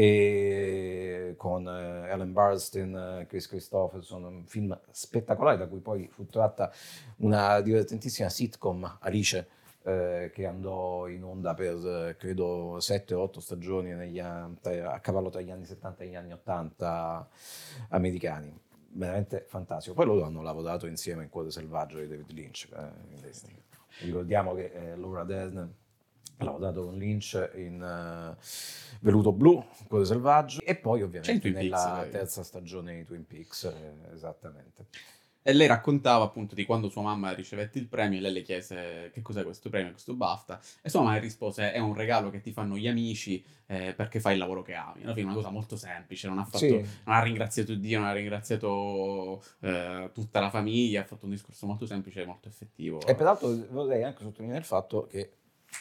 e con eh, Ellen Burstyn, eh, Chris Christopherson, un film spettacolare da cui poi fu tratta una divertentissima sitcom, Alice, eh, che andò in onda per eh, credo sette o otto stagioni negli an- a cavallo tra gli anni settanta e gli anni ottanta americani. Veramente fantastico. Poi loro hanno lavorato insieme in Cuore Selvaggio di David Lynch. Eh, ricordiamo che eh, Laura Dern ha lavorato con Lynch in uh, Veluto Blu, Cuore Selvaggio, e poi C'è in ovviamente Twin nella Peaks, lei. terza stagione di Twin Peaks, eh, esattamente. E lei raccontava appunto di quando sua mamma ricevette il premio e lei le chiese che cos'è questo premio, questo BAFTA, e sua mamma rispose è un regalo che ti fanno gli amici eh, perché fai il lavoro che ami. Alla fine è una cosa molto semplice, non ha, fatto, Sì. non ha ringraziato Dio, non ha ringraziato eh, tutta la famiglia, ha fatto un discorso molto semplice e molto effettivo. E peraltro vorrei anche sottolineare il fatto che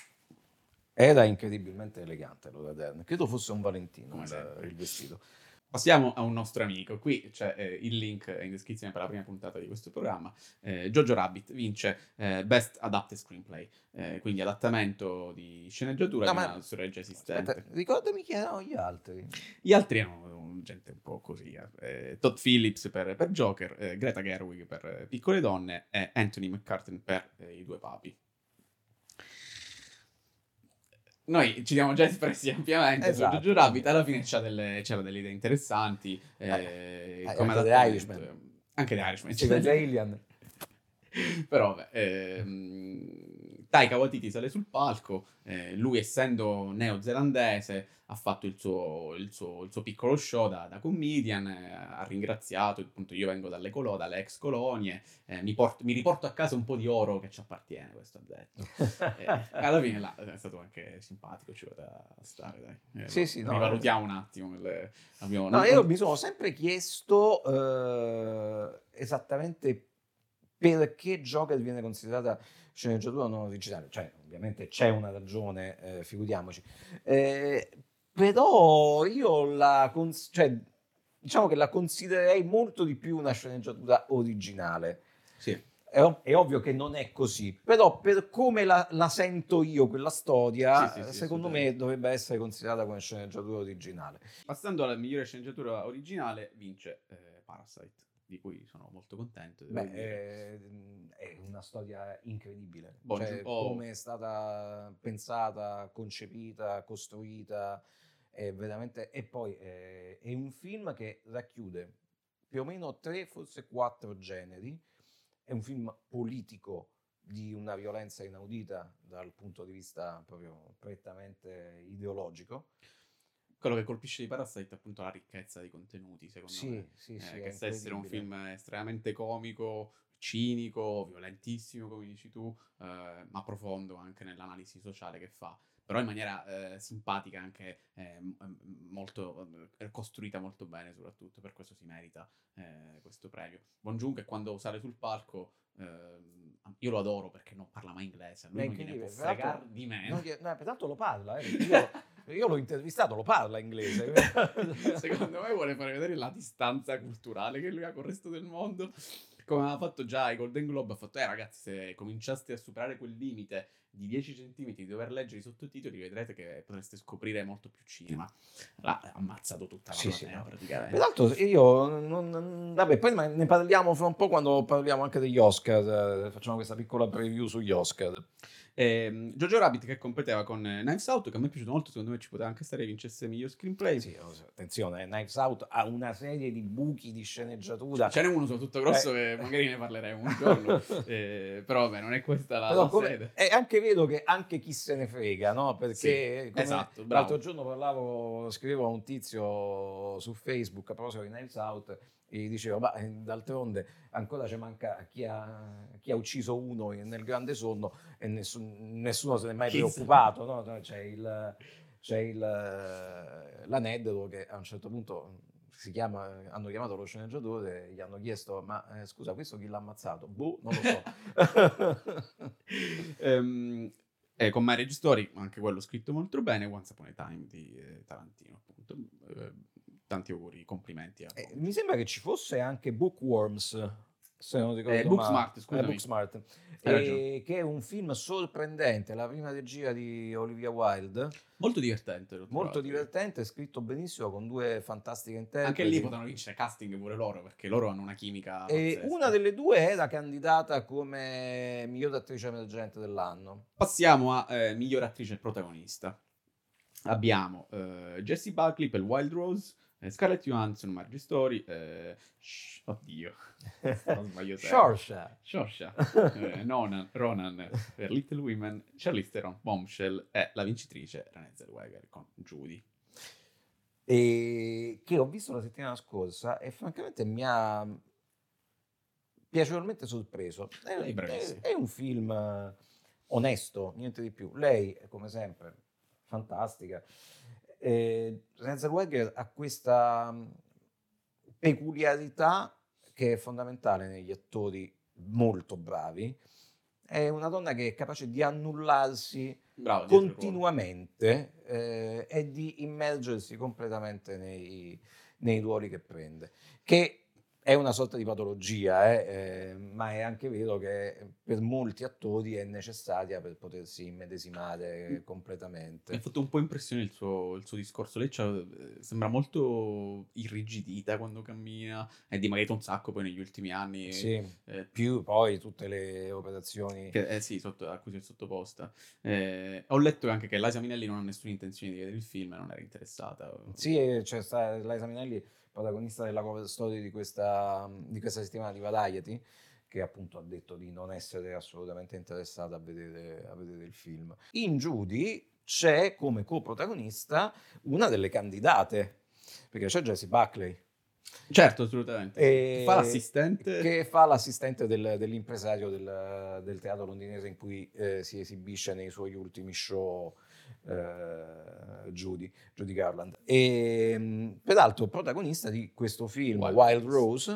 era incredibilmente elegante Laura Dern, credo fosse un Valentino Come il, sempre. il vestito. Passiamo a un nostro amico, qui c'è eh, il link in descrizione per la prima puntata di questo programma. eh, Jojo Rabbit vince eh, Best Adapted Screenplay, eh, quindi adattamento di sceneggiatura No, di ma- una storia già esistente. Aspetta, ricordami chi erano gli altri. Gli altri erano gente un po' così, eh. Todd Phillips per, per Joker, eh, Greta Gerwig per eh, Piccole Donne e Anthony McCartney per eh, I Due Papi. Noi ci siamo già espressi ampiamente Esatto. su Jojo Rabbit, alla fine c'ha delle, c'era delle idee interessanti, eh, Eh, come anche The adattamento. Irishman. Anche The Irishman. Steven Alien. Però vabbè, ehm, Taika Waititi sale sul palco, eh, lui essendo neozelandese ha fatto il suo, il suo, il suo piccolo show da, da comedian, eh, ha ringraziato, appunto io vengo dalle, colo- dalle ex colonie, eh, mi, porto- mi riporto a casa un po' di oro che ci appartiene, questo ha detto. Eh, alla fine là, è stato anche simpatico, ci poteva stare, dai. Eh, Sì, lo- sì, no, rivalutiamo un attimo. Le, abbiamo- No, non- io mi sono sempre chiesto eh, esattamente perché Joker viene considerata sceneggiatura non originale. Cioè, ovviamente c'è una ragione, eh, figuriamoci. Eh, però io la cons- cioè, diciamo che la considererei molto di più una sceneggiatura originale. Sì. È, ov- è ovvio che non è così, però per come la, la sento io quella storia, Sì, sì, sì, secondo me dovrebbe essere considerata come sceneggiatura originale. Passando alla migliore sceneggiatura originale, vince eh, Parasite, di cui sono molto contento. Devo Beh, dire. è, è una storia incredibile, Bon cioè Joon- oh, come è stata pensata, concepita, costruita, è veramente... E poi è, è un film che racchiude più o meno tre, forse quattro generi. È un film politico di una violenza inaudita dal punto di vista proprio prettamente ideologico. quello che colpisce di Parasite è appunto la ricchezza dei contenuti, secondo Sì, me. sì, Eh, sì, è che sa essere un incredibile. film estremamente comico, cinico, violentissimo, come dici tu, eh, ma profondo anche nell'analisi sociale che fa. Però in maniera eh, simpatica, anche eh, m- m- molto eh, costruita molto bene, soprattutto. Per questo si merita eh, questo premio. Bon Joon, che quando sale sul palco, ehm, io lo adoro perché non parla mai inglese, a È lui non gliene può incredibile. fregare Peraltro, di meno. non gli- no, peraltro lo parla, eh, perché io, io l'ho intervistato, lo parla inglese. Secondo me vuole fare vedere la distanza culturale che lui ha con il resto del mondo. Come ha fatto già ai Golden Globe, ha fatto, eh ragazzi, se cominciaste a superare quel limite di dieci centimetri di dover leggere i sottotitoli, vedrete che potreste scoprire molto più cinema. L'ha ammazzato tutta la Sì, sì, platea, no. praticamente. Peraltro io non, non- vabbè, poi ma- ne parliamo fra un po' quando parliamo anche degli Oscar, eh, facciamo questa piccola preview sugli Oscar. Ehm, Jojo Rabbit che competeva con eh, Knives Out, che a me è piaciuto molto, secondo me ci poteva anche stare vincesse miglior screenplay. Sì, oh, attenzione, eh, Knives Out ha una serie di buchi di sceneggiatura. Ce n'è uno soprattutto grosso Eh. che magari ne parleremo un giorno, eh, però vabbè, non è questa la, Però la come- sede. è anche vero che anche chi se ne frega, no? Perché Sì, come esatto, bravo. l'altro giorno parlavo, scrivevo a un tizio su Facebook a proposito di Knives Out e gli dicevo, ma eh, d'altronde ancora ci manca chi ha, chi ha ucciso uno nel grande sonno e nessun- nessuno se ne è mai Chissà. preoccupato, no? C'è il, c'è il, l'aneddoto che a un certo punto si chiama, hanno chiamato lo sceneggiatore e gli hanno chiesto, ma eh, scusa, questo chi l'ha ammazzato? Boh, non lo so. Ehm, e con Marriage Story, anche quello scritto molto bene, Once Upon a Time di eh, Tarantino, appunto. Eh, tanti auguri, complimenti a Eh, Bong. mi sembra che ci fosse anche Bookworms, se non ricordo Eh, male. Booksmart, Eh, scusami. Booksmart. Hai ragione. E che è un film sorprendente, la prima regia di Olivia Wilde, Molto divertente, l'ho molto trovato io. divertente, scritto benissimo con due fantastiche Anche interpreti. lì potevano vincere casting pure loro, perché loro hanno una chimica E pazzesca. una delle due era candidata come miglior attrice emergente dell'anno. Passiamo a eh, miglior attrice protagonista. Abbiamo eh, Jessie Buckley per Wild Rose, eh, Scarlett Johansson, Margie Story, eh, sh- oddio, non sbaglio sempre. Shorsha. Shorsha, eh, Nonan, Ronan per Little Women, Charlize Theron, Bombshell e la vincitrice Renée Zellweger con Judy. E che ho visto la settimana scorsa e francamente mi ha piacevolmente sorpreso. È, Lei è bravissima. è- è un film eh, onesto, niente di più. Lei, come sempre, fantastica. Eh, Renée Zellweger ha questa mh, peculiarità che è fondamentale negli attori molto bravi. È una donna che è capace di annullarsi Bravo, dietro il ruolo. continuamente eh, e di immergersi completamente nei, nei ruoli che prende, che è una sorta di patologia, eh, eh, ma è anche vero che per molti attori è necessaria per potersi immedesimare Mi ha completamente. fatto un po' impressione il suo, il suo discorso. Lei c'ha- eh, sembra molto irrigidita quando cammina, è dimagrita un sacco poi negli ultimi anni. Sì, eh, più poi tutte le operazioni. Che, eh sì, sotto, a cui si è sottoposta. Eh, ho letto anche che Liza Minnelli non ha nessuna intenzione di vedere il film e non era interessata. Sì, e c'è sta Liza Minnelli, protagonista della cover story di questa, di questa settimana di Variety, che appunto ha detto di non essere assolutamente interessata a vedere, a vedere il film. In Judy c'è come coprotagonista una delle candidate, perché c'è Jessie Buckley. Certo, assolutamente. sì. E- Che fa l'assistente. Che fa l'assistente del- dell'impresario del, del teatro londinese in cui eh, si esibisce nei suoi ultimi show eh, Judy, Judy Garland. E mh, peraltro protagonista di questo film Wild Wild, Rose. Rose,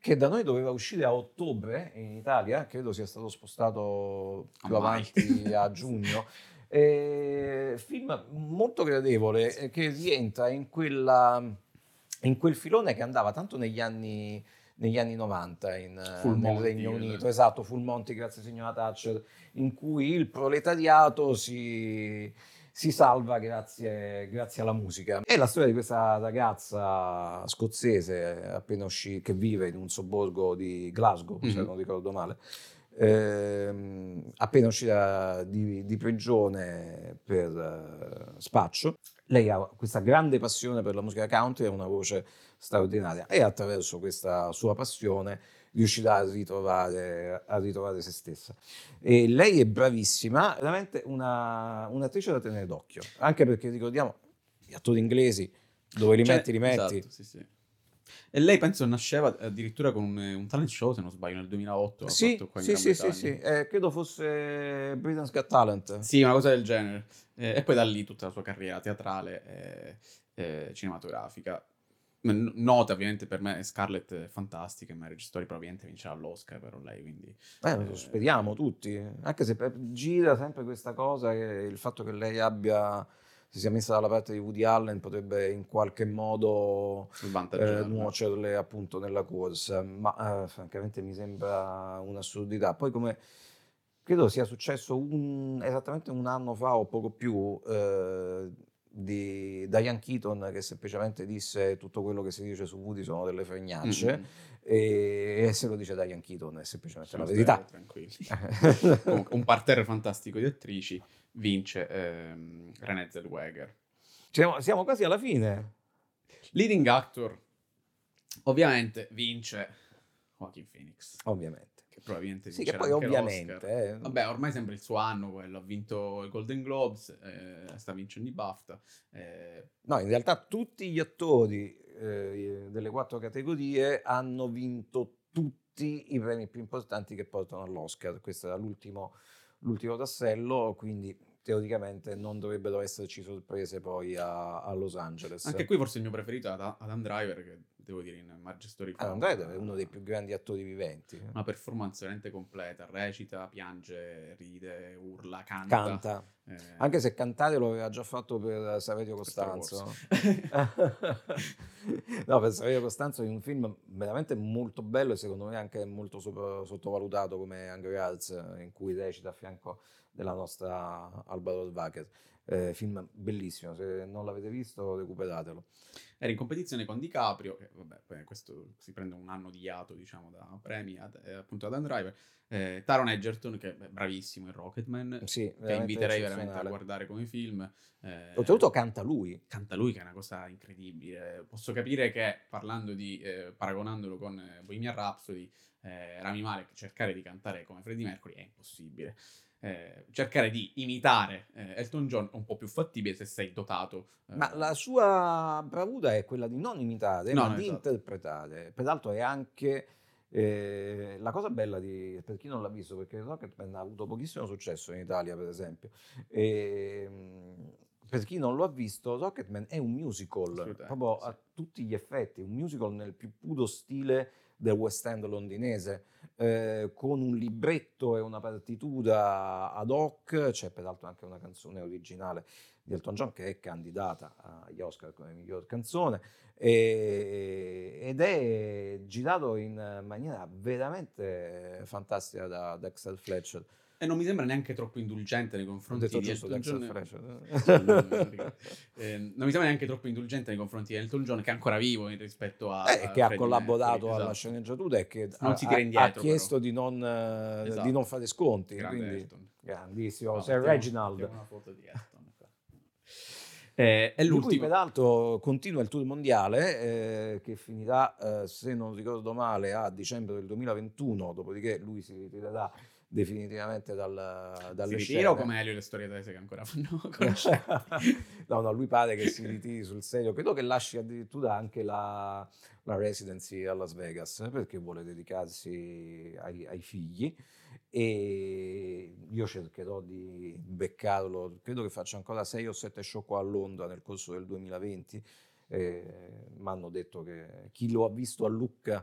che da noi doveva uscire a ottobre in Italia, credo sia stato spostato più Ormai. avanti a giugno. Eh, film molto gradevole eh, che rientra in quella, in quel filone che andava tanto negli anni, negli anni novanta in, eh, Full nel Monty, Regno quelle. Unito, esatto, Full Monty, grazie signora Thatcher, in cui il proletariato si, si salva grazie, grazie alla musica. È la storia di questa ragazza scozzese appena uscita, che vive in un sobborgo di Glasgow, se Mhm. non ricordo male, ehm, appena uscita di, di prigione per eh, spaccio. Lei ha questa grande passione per la musica country e una voce straordinaria e attraverso questa sua passione riuscirà a ritrovare, a ritrovare se stessa. E lei è bravissima, veramente una, un'attrice da tenere d'occhio, anche perché ricordiamo gli attori inglesi, dove li Cioè, metti, li metti. esatto, sì, sì. E lei penso nasceva addirittura con un, un talent show, se non sbaglio, nel duemilaotto, ha Sì, fatto qua in sì, Gran sì, sì, Bretagna. sì, eh, credo fosse Britain's Got Talent. Sì, una cosa del genere. Eh, e poi da lì tutta la sua carriera teatrale e, e cinematografica. N- Nota ovviamente per me Scarlett è fantastica, Marriage Story probabilmente vincerà l'Oscar però lei, quindi... Eh, lo speriamo tutti, anche se per- gira sempre questa cosa che il fatto che lei abbia, si sia messa dalla parte di Woody Allen potrebbe in qualche modo eh, svantaggiarla. nuocerle appunto nella corsa, ma eh, francamente mi sembra un'assurdità. Poi come credo sia successo un- esattamente un anno fa o poco più eh, di Diane Keaton che semplicemente disse tutto quello che si dice su Woody sono delle fregnacce. Mm-mm. E, e se lo dice Diane Keaton è semplicemente la Possiamo stare verità. tranquilli. Comunque, un parterre fantastico di attrici vince ehm, Renée Zellweger. Siamo, siamo quasi alla fine. Leading actor, ovviamente, vince Joaquin Phoenix, Ovviamente. che probabilmente Sì, che vincerà poi anche ovviamente. l'Oscar. eh. Vabbè, ormai sembra il suo anno quello, ha vinto i Golden Globes, eh, sta vincendo i BAFTA. eh, No, in realtà tutti gli attori eh, delle quattro categorie hanno vinto tutti i premi più importanti che portano all'Oscar. Questo era l'ultimo, l'ultimo tassello, quindi teoricamente non dovrebbero esserci sorprese poi a, a Los Angeles. Anche qui forse il mio preferito è Ad- Adam Driver, che devo dire in Marge Story fa Adam una, Driver è uno dei più grandi attori viventi. una performance veramente completa, recita, piange, ride, urla, canta. Canta, eh, anche se cantare lo aveva già fatto per Saverio per Star Costanzo. Wars. No, per Saverio Costanzo in un film veramente molto bello e secondo me anche molto sopra- sottovalutato come Hungry Hearts, in cui recita a fianco della nostra Alba Rohrwacher. Eh, film bellissimo, se non l'avete visto recuperatelo. Era in competizione con DiCaprio, che vabbè, poi questo si prende un anno di iato, diciamo, da premi, ad- eh, appunto ad Adam Driver. Eh, Taron Egerton, che è bravissimo in Rocketman, Sì, che veramente inviterei veramente a eccezionale. guardare come film. Eh, Oltretutto canta lui. canta lui, che è una cosa incredibile. Posso capire che, parlando di, eh, paragonandolo con eh, Bohemian Rhapsody, eh, Rami Malek, cercare di cantare come Freddie Mercury è impossibile. Eh, cercare di imitare eh, Elton John è un po' più fattibile se sei dotato. eh, Ma la sua bravura è quella di non imitare, No, ma no, di esatto. interpretare. Peraltro è anche eh, la cosa bella di, per chi non l'ha visto, perché Rocketman ha avuto pochissimo successo in Italia, per esempio. E, mh, per chi non lo ha visto, Rocketman è un musical, Assolutamente, proprio sì. a tutti gli effetti, un musical nel più puro stile del West End londinese, eh, con un libretto e una partitura ad hoc, c'è peraltro anche una canzone originale di Elton John che è candidata agli Oscar come miglior canzone e- ed è girato in maniera veramente fantastica da Dexter Fletcher. E non mi sembra neanche troppo indulgente nei Ho confronti detto di giusto Elton Dexter John. Fletcher? Sì, non, non ricordo. Eh, non mi sembra neanche troppo indulgente nei confronti di Elton John, che è ancora vivo in rispetto a, Eh, a che ha Freddie collaborato Mercury. alla Esatto. sceneggiatura e che Non ha, si tira ha- ha indietro, però. chiesto di non, eh, Esatto. di non fare sconti, Grande quindi Elton. grandissimo. No, Sir mettiamo, Reginald. mettiamo una foto di Elton qua. Eh, è Di cui l'ultimo. peraltro continua il tour mondiale eh, che finirà, eh, se non ricordo male, a dicembre del duemilaventuno, dopodiché lui si ritirerà definitivamente dal, Si dalle ritira o scene. come Elio e le storie tese che ancora fanno concerti? No, no, lui pare che si ritiri sul serio, credo che lasci addirittura anche la, la residency a Las Vegas perché vuole dedicarsi ai, ai figli e io cercherò di beccarlo, credo che faccia ancora sei o sette show qua a Londra nel corso del duemilaventi. Mi hanno detto che chi lo ha visto a Lucca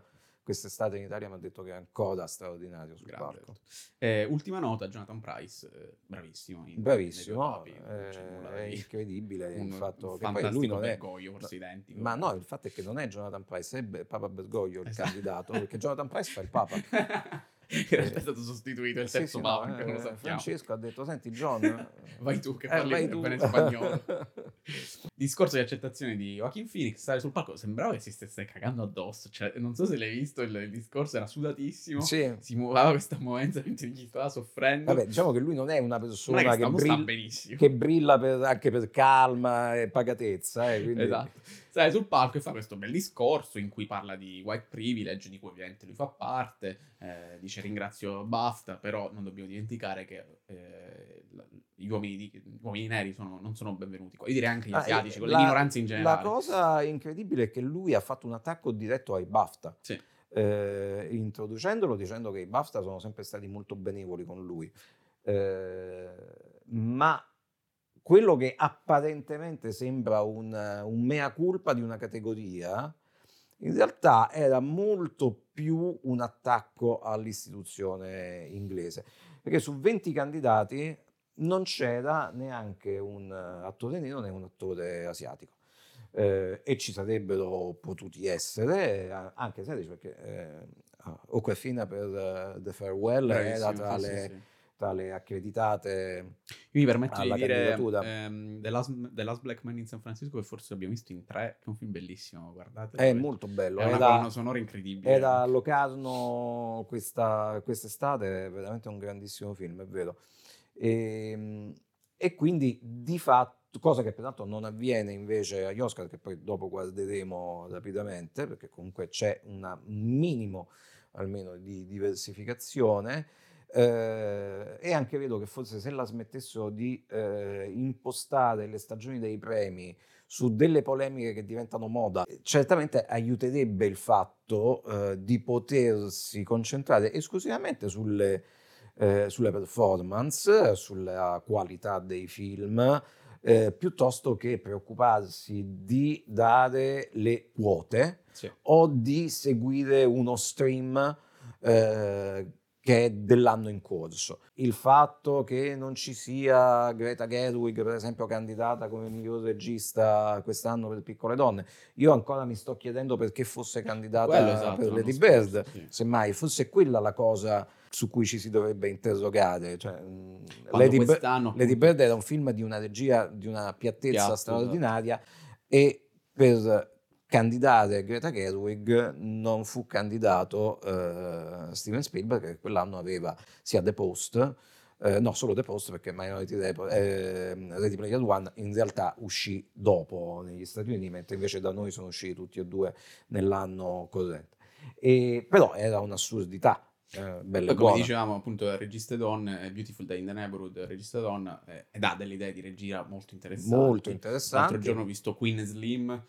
quest'estate in Italia mi ha detto che è ancora straordinario sul Grande. palco. Eh, ultima nota, Jonathan Price, eh, bravissimo. In, Bravissimo, nei due papi, non c'è eh, nulla da è dire. incredibile Un, il fatto un che poi lui fantastico non è... Bergoglio, forse identico. Ma no, il fatto è che non è Jonathan Price, è Be- Papa Bergoglio il Esatto. candidato, perché Jonathan Price fa il Papa. In realtà è stato sostituito il Sì, terzo sì, Papa, no, ancora non lo eh, sappiamo. Francesco ha detto, senti John, Vai tu che eh, parli vai bene, tu. bene spagnolo. Discorso di accettazione di Joaquin Phoenix, stare sul palco, sembrava che si stesse cagando addosso, cioè non so se l'hai visto, il, il discorso era sudatissimo, Sì. si muoveva questa movenza mentre gli stava soffrendo. Vabbè, diciamo che lui non è una Non persona è che che, sta, sta brill- benissimo. che brilla per- anche per calma e pacatezza, eh, quindi... Esatto. Sale sul palco e fa questo bel discorso in cui parla di white privilege, di cui ovviamente lui fa parte, eh, dice ringrazio BAFTA, però non dobbiamo dimenticare che eh, la- gli, uomini di- gli uomini neri sono- non sono benvenuti qua, io direi anche gli Ah, asiatici, eh, con la- le minoranze in La generale. cosa incredibile è che lui ha fatto un attacco diretto ai BAFTA, Sì. eh, introducendolo dicendo che i BAFTA sono sempre stati molto benevoli con lui. Eh, ma quello che apparentemente sembra un, un mea culpa di una categoria, in realtà era molto più un attacco all'istituzione inglese, perché su venti candidati non c'era neanche un attore nero né un attore asiatico. Eh, e ci sarebbero potuti essere eh, anche asiatici, perché eh, Awkwafina per uh, The Farewell Bravissimo, era tra sì, le, sì, sì. tra le accreditate Io mi permetto alla di dire candidatura. ehm, The, Last, The Last Black Man in San Francisco, che forse abbiamo visto in tre, che è un film bellissimo, guardate. È molto bello, È una era, colonna sonora incredibile. era a Locarno questa, quest'estate, è veramente un grandissimo film, è vero. E, e quindi di fatto, cosa che peraltro non avviene invece agli Oscar, che poi dopo guarderemo rapidamente, perché comunque c'è una- un minimo almeno di diversificazione. Eh, e anche vedo che forse se la smettessero di eh, impostare le stagioni dei premi su delle polemiche che diventano moda, certamente aiuterebbe il fatto eh, di potersi concentrare esclusivamente sulle, eh, sulle performance, sulla qualità dei film, eh, piuttosto che preoccuparsi di dare le quote Sì. o di seguire uno stream eh, che è dell'anno in corso. Il fatto che non ci sia Greta Gerwig, per esempio, candidata come miglior regista quest'anno per Piccole Donne, io ancora mi sto chiedendo perché fosse candidata Quello, esatto, per l'anno Lady scorso, Bird, sì. semmai, forse è quella la cosa su cui ci si dovrebbe interrogare. Cioè, mh, Quando Lady, Bir- quest'anno, Lady appunto- Bird era un film di una regia, di una piattezza Piatto, straordinaria, e per candidare Greta Gerwig non fu candidato eh, Steven Spielberg, che quell'anno aveva sia The Post, eh, no solo The Post, perché Minority Report, eh, Ready Player One in realtà uscì dopo negli Stati Uniti, mentre invece da noi sono usciti tutti e due nell'anno corrente. E, però era un'assurdità. Eh, bella Poi, e come buona. dicevamo, appunto, registe donne, eh, Beautiful Day in the Neighborhood, regista donna, eh, ed ha delle idee di regia molto interessanti. Molto L'altro interessanti. giorno ho visto Queen Slim,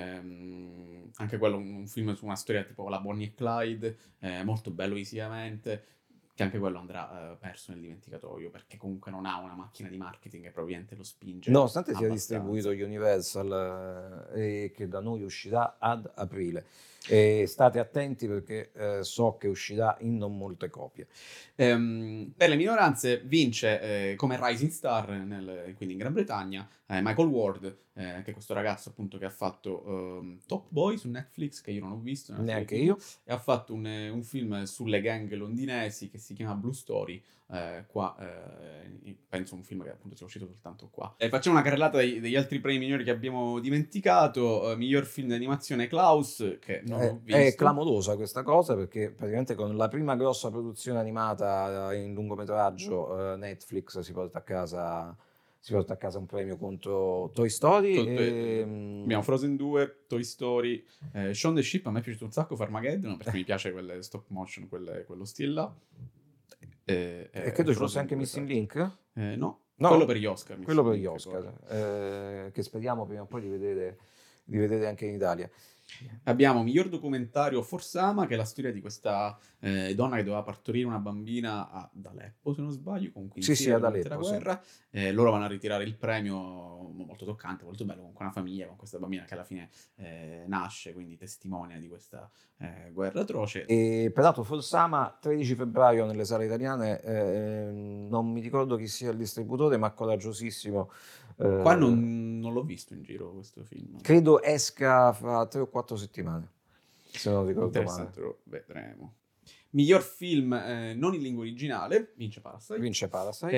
ehm, anche quello un, un film su una storia tipo la Bonnie e Clyde, eh, molto bello visivamente, che anche quello andrà eh, perso nel dimenticatoio, perché comunque non ha una macchina di marketing che probabilmente lo spinge Nonostante sia abbastanza. distribuito Universal eh, e che da noi uscirà ad aprile. E state attenti perché eh, so che uscirà in non molte copie. Ehm, per le minoranze vince eh, come Rising Star, nel- quindi in Gran Bretagna, eh, Michael Ward, eh, che è questo ragazzo appunto che ha fatto ehm, Top Boy su Netflix, che io non ho visto, nella Neanche serie T V, io. e ha fatto un, eh, un film sulle gang londinesi che si chiama Blue Story, eh, qua eh, penso un film che appunto sia uscito soltanto qua. E facciamo una carrellata dei- degli altri premi minori che abbiamo dimenticato. Eh, miglior film di animazione Klaus, che non ho È, visto. è clamorosa questa cosa, perché praticamente con la prima grossa produzione animata in lungometraggio eh, Netflix si porta a casa si porta a casa un premio contro Toy Story. To- e, eh, mm, Abbiamo Frozen due, Toy Story, eh, Shaun the Sheep. A me è piaciuto un sacco Farmageddon perché mi piace quelle stop motion, quelle- quello stile là. Eh, e eh, credo ci Frozen fosse anche due, Missing esatto. Link. Eh, no, No, quello per gli Oscar. mi quello per sembra, gli che Oscar, cosa. eh, che speriamo prima o poi di vedere, di vedere anche in Italia. Abbiamo miglior documentario Forsama, che è la storia di questa eh, donna che doveva partorire una bambina ad Aleppo, se non sbaglio, comunque in Sì, sì, Siria ad durante Aleppo, la sì. guerra. Eh, loro vanno a ritirare il premio molto toccante, molto bello, con una famiglia, con questa bambina che alla fine eh, nasce, quindi testimonia di questa eh, guerra atroce. E peraltro Forzama, tredici febbraio nelle sale italiane, eh, non mi ricordo chi sia il distributore, ma coraggiosissimo. eh, Qua non, non l'ho visto in giro questo film. Credo esca fra tre o quattro settimane, se non ricordo male. Interessante, lo vedremo. Miglior film eh, non in lingua originale, vince Parasite. Vince Parasite.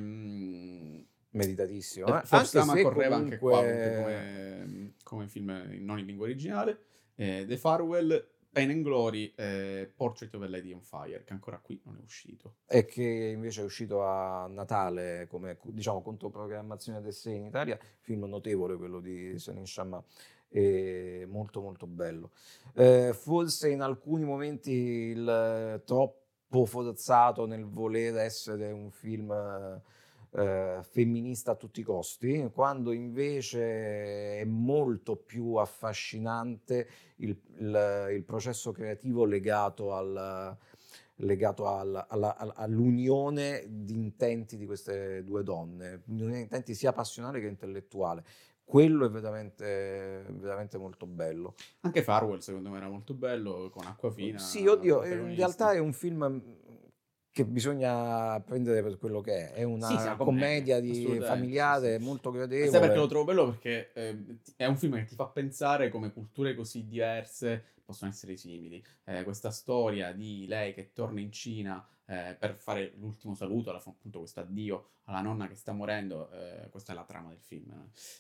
Ehm, Meritatissimo. eh, Eh? Forzama Anche se correva anche qua comunque- comunque come, come film non in lingua originale. Eh, The Farewell, Pain and Glory, eh, Portrait of a Lady on Fire, che ancora qui non è uscito. E che invece è uscito a Natale come, diciamo, controprogrammazione del sei in Italia, film notevole quello di Céline Sciamma, e molto molto bello. Eh, forse in alcuni momenti il eh, troppo forzato nel voler essere un film eh, femminista a tutti i costi, quando invece è molto più affascinante il, il- il processo creativo legato al legato al- alla- alla- all'unione di intenti di queste due donne, unione di intenti sia passionale che intellettuale. Quello è veramente, veramente molto bello. Anche Farewell secondo me era molto bello, con Acquafina. Sì, oddio, in protagonista. realtà è un film che bisogna prendere per quello che è. È una Sì, sì, una commedia commedia, di assolutamente, familiare sì, sì. molto Sai gradevole. perché lo trovo bello? Perché eh, è un film che ti fa pensare come culture così diverse possono essere simili. Eh, questa storia di lei che torna in Cina eh, per fare l'ultimo saluto, alla- appunto questo addio alla nonna che sta morendo, eh, questa è la trama del film,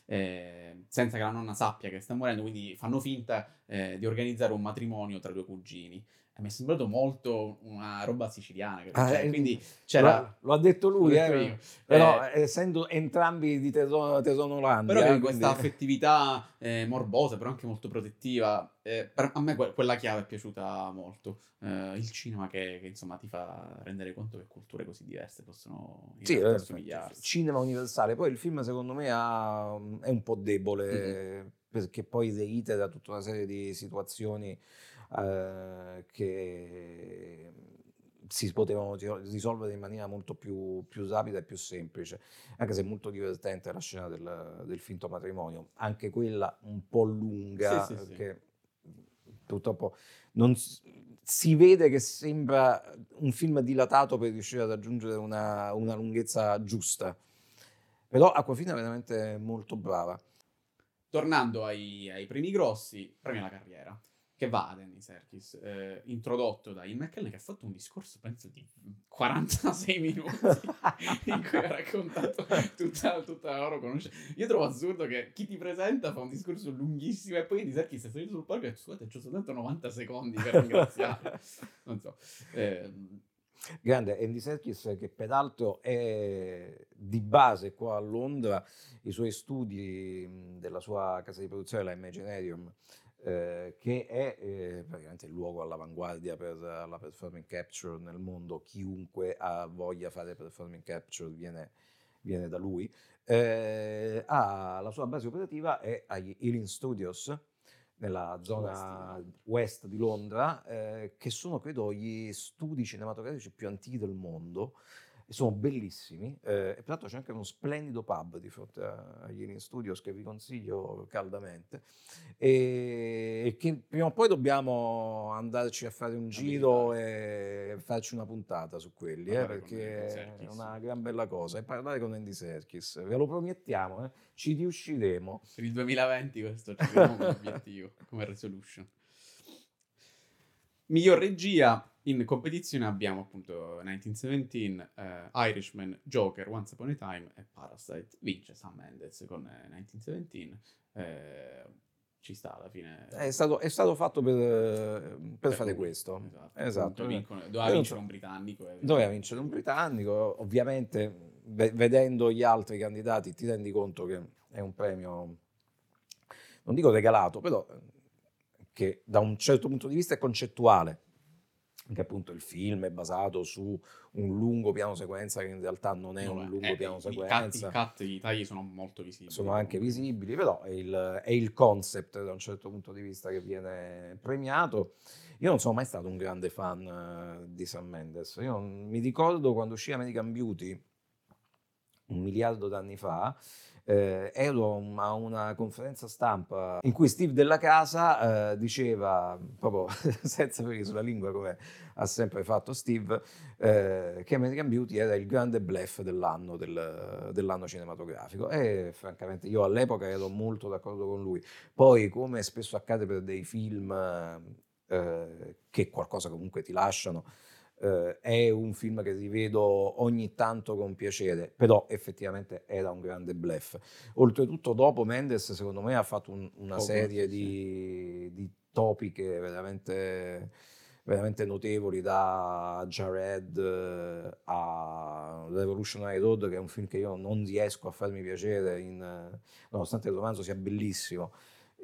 eh, senza che la nonna sappia che sta morendo, quindi fanno finta eh, di organizzare un matrimonio tra due cugini. E mi è sembrato molto una roba siciliana, capito? Ah, Cioè, eh, quindi c'era... lo, lo ha detto lui, L'ho detto eh, io. però Eh, essendo entrambi di Teson- Tesonolandia, Però eh, vedi quindi- questa affettività eh, morbosa, però anche molto protettiva. eh, per- a me que- quella chiave è piaciuta molto. Eh, il cinema che, che, insomma ti fa rendere conto che culture così diverse possono in Sì, realtà eh, assomigliarsi. cinema universale. Poi il film secondo me ha- è un po' debole Mm-hmm. perché poi reitera tutta una serie di situazioni eh, che si potevano ri- risolvere in maniera molto più, più rapida e più semplice, anche se è molto divertente la scena del, del finto matrimonio, anche quella un po' lunga, Sì, sì, sì. perché purtroppo non s- si vede che sembra un film dilatato per riuscire a raggiungere una, una lunghezza giusta. Però Acquafina è veramente molto brava. Tornando ai, ai premi grossi, premio alla carriera, che va ad Andy Serkis, eh, introdotto da Ian McKellen, che ha fatto un discorso, penso, di quarantasei minuti, in cui ha raccontato tutta, tutta la loro conoscenza. Io trovo assurdo che chi ti presenta fa un discorso lunghissimo e poi Andy Serkis è salito sul palco e ha detto, scusate, c'ho soltanto novanta secondi per ringraziare. Non so. Eh, Grande Andy Serkis, che peraltro è di base qua a Londra, i suoi studi mh, della sua casa di produzione, la Imaginarium, eh, che è eh, praticamente il luogo all'avanguardia per uh, la performing capture nel mondo. Chiunque ha voglia fare performing capture viene, viene da lui. Eh, ha la sua base operativa è agli Ealing Studios, nella zona west di Londra, eh, che sono credo gli studi cinematografici più antichi del mondo, e sono bellissimi, eh, e peraltro c'è anche uno splendido pub di fronte agli Ealing Studios che vi consiglio caldamente, e, e che prima o poi dobbiamo andarci a fare un giro e farci una puntata su quelli, eh, Parlare con- con perché è Serkis. una gran bella cosa, e parlare con Andy Serkis, ve lo promettiamo, eh, ci riusciremo. Per il duemilaventi questo ci abbiamo come obiettivo, come resolution. Miglior regia, in competizione abbiamo appunto diciannovadiciannove, eh, Irishman, Joker, Once Upon a Time e Parasite. Vince Sam Mendes con eh, diciannovadiciannove, eh, ci sta alla fine. È stato, è stato fatto per, per Per fare lui. questo. Esatto. Esatto. Appunto, vincono- doveva Io non vincere so- un britannico. e- Doveva vincere un britannico, ovviamente ve- vedendo gli altri candidati ti rendi conto che è un premio, non dico regalato, però eh, che da un certo punto di vista è concettuale, che appunto il film è basato su un lungo piano sequenza che in realtà non è Non un è- lungo eh, piano i- i cut- sequenza. I cut, i tagli sono molto visibili. Sono anche comunque. visibili, però è il, è il concept da un certo punto di vista che viene premiato. Io non sono mai stato un grande fan eh, di Sam Mendes. Io non- mi ricordo quando uscì American Beauty un miliardo d'anni fa, eh, ero a una conferenza stampa in cui Steve Della Casa eh, diceva, proprio senza perché sulla lingua come ha sempre fatto Steve, eh, che American Beauty era il grande bluff dell'anno, del, dell'anno cinematografico, e francamente io all'epoca ero molto d'accordo con lui. Poi, come spesso accade per dei film eh, che qualcosa comunque ti lasciano, Uh, è un film che rivedo ogni tanto con piacere, però effettivamente era un grande bluff. Oltretutto dopo Mendes secondo me ha fatto un, una Poco, serie sì, di, di topiche veramente, veramente notevoli, da Jared eh, a Revolutionary Road, che è un film che io non riesco a farmi piacere, in, eh, nonostante il romanzo sia bellissimo.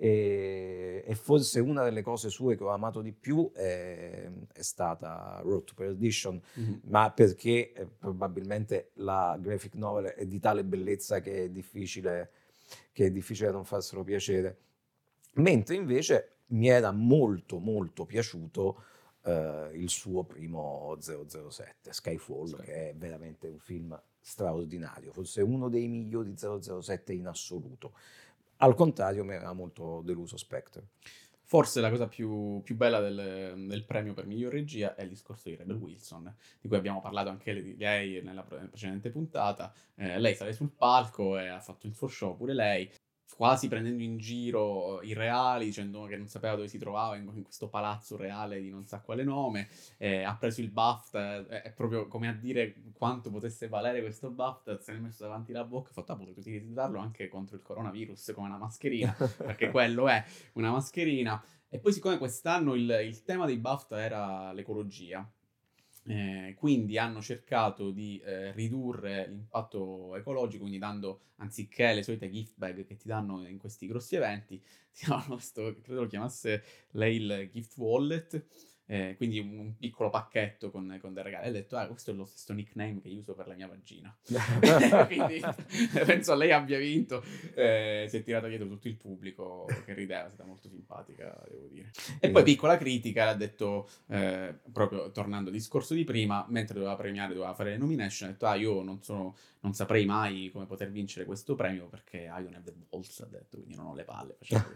E, e forse una delle cose sue che ho amato di più è, è stata Road to Perdition, Mm-hmm. ma perché eh, probabilmente la graphic novel è di tale bellezza che è difficile, che è difficile non farselo piacere. Mentre invece mi era molto molto piaciuto eh, il suo primo zero zero sette, Skyfall, Skyfall, che è veramente un film straordinario, forse uno dei migliori zero zero sette in assoluto. Al contrario, mi aveva molto deluso Spectre. Forse la cosa più, più bella del, del premio per miglior regia è il discorso di Rebel Wilson, di cui abbiamo parlato anche di lei nella precedente puntata. Eh, lei sale sul palco e ha fatto il suo show pure lei, quasi prendendo in giro i reali, dicendo che non sapeva dove si trovava in, in questo palazzo reale di non sa quale nome. Eh, ha preso il BAFTA, è, è proprio come a dire quanto potesse valere questo BAFTA, se l'è messo davanti alla bocca e ha fatto, ah, potete utilizzarlo anche contro il coronavirus come una mascherina, perché quello è una mascherina. E poi, siccome quest'anno il, il tema dei BAFTA era l'ecologia, Eh, quindi hanno cercato di eh, ridurre l'impatto ecologico, quindi dando, anziché le solite gift bag che ti danno in questi grossi eventi, ti danno questo, credo lo chiamasse lei il gift wallet, eh, quindi un, un piccolo pacchetto con, con dei regali. E ha detto, ah, questo è lo stesso nickname che uso per la mia vagina. Quindi penso a lei abbia vinto, eh, si è tirata dietro tutto il pubblico che rideva, è stata molto simpatica, devo dire. E poi piccola critica, ha detto, eh, proprio tornando al discorso di prima, mentre doveva premiare, doveva fare le nomination, ha detto, ah, io non sono, non saprei mai come poter vincere questo premio perché I don't have the balls, ha detto, quindi non ho le palle.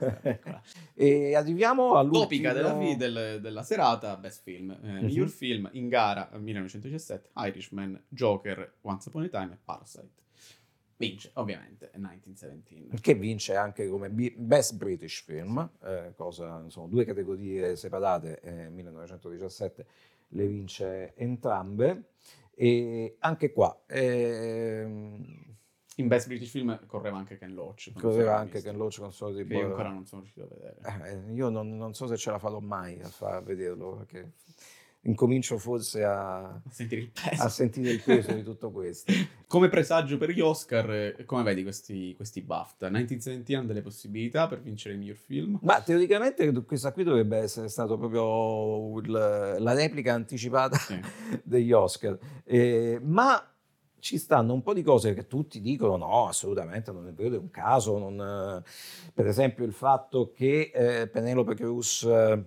E arriviamo all'ultimo... Topica della, fi- del, della serata, best film. Eh, Mhm. Miglior film in gara millenovecentodiciassette, Irishman, Joker, Once Upon a Time e Parasite. Vince, ovviamente, diciannovecentosediciotto. Che vince anche come B- Best British Film, eh, cosa, sono due categorie separate, eh, millenovecentodiciassette le vince entrambe, e anche qua ehm, In Best British Film correva anche Ken Loach. non so se correva l'hai anche visto. Ken Loach con Sorry Che io Boy. ancora non sono riuscito a vedere. Eh, io non, non so se ce la farò mai a, far, a vederlo, perché incomincio forse a, A sentire il peso. a sentire il peso di tutto questo. Come presagio per gli Oscar, eh, come vedi questi, questi BAFTA? millenovecentosedici hanno delle possibilità per vincere il miglior film? Ma teoricamente questa qui dovrebbe essere stata proprio il, la replica anticipata Sì. degli Oscar, eh, ma ci stanno un po' di cose che tutti dicono no, assolutamente non è vero, è un caso, non, per esempio il fatto che eh, Penelope Cruz eh,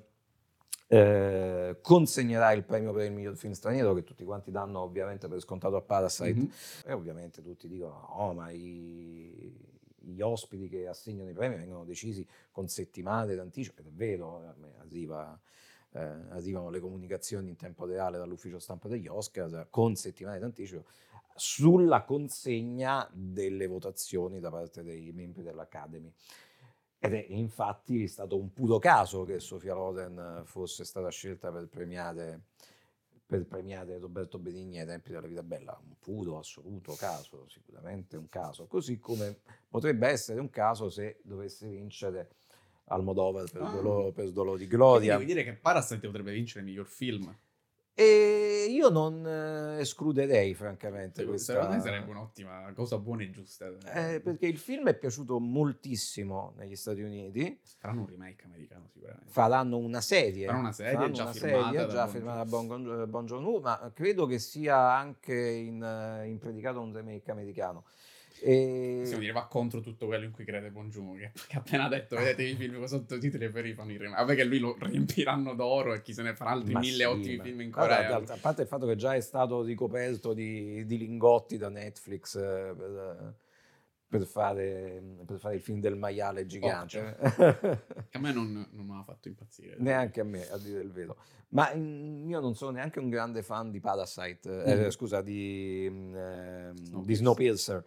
eh, consegnerà il premio per il miglior film straniero, che tutti quanti danno ovviamente per scontato a Parasite, mm-hmm. E ovviamente tutti dicono no, ma i, gli ospiti che assegnano i premi vengono decisi con settimane d'anticipo, ed è vero, a me arriva... Eh, arrivano le comunicazioni in tempo reale dall'ufficio stampa degli Oscar con settimane d'anticipo sulla consegna delle votazioni da parte dei membri dell'Academy. Ed è infatti stato un puro caso che Sofia Loren fosse stata scelta per premiare, per premiare Roberto Benigni ai tempi della Vita Bella. Un puro, assoluto caso, sicuramente un caso. Così come potrebbe essere un caso se dovesse vincere Almodovar per, ah. Dolore, per Dolore di Gloria. Quindi devi dire che Parasite potrebbe vincere il miglior film. E io non eh, escluderei francamente sì, questa... Secondo me sarebbe un'ottima cosa buona e giusta. Eh, perché il film è piaciuto moltissimo negli Stati Uniti. Faranno un remake americano sicuramente. Faranno una serie. Faranno una serie Faranno già una firmata serie, da già Bon firmata da Bon, bon Joon-ho, ma credo che sia anche in, in predicato un remake americano. E... possiamo dire va contro tutto quello in cui crede Bong Joon-ho, che, che appena detto vedete i film con sottotitoli e poi rifanno i remake. Vabbè che lui lo riempiranno d'oro e chi se ne farà altri ma mille sì, ottimi ma... film in Corea. Allora, a parte il fatto che già è stato ricoperto di, di lingotti da Netflix eh, per, per fare, per fare il film del maiale gigante. Che a me non, non mi ha fatto impazzire. Neanche a me, a dire il vero. Ma mm, io non sono neanche un grande fan di Parasite, Mm. eh, scusa, di, mm, ehm, di Snowpiercer. Snowpiercer.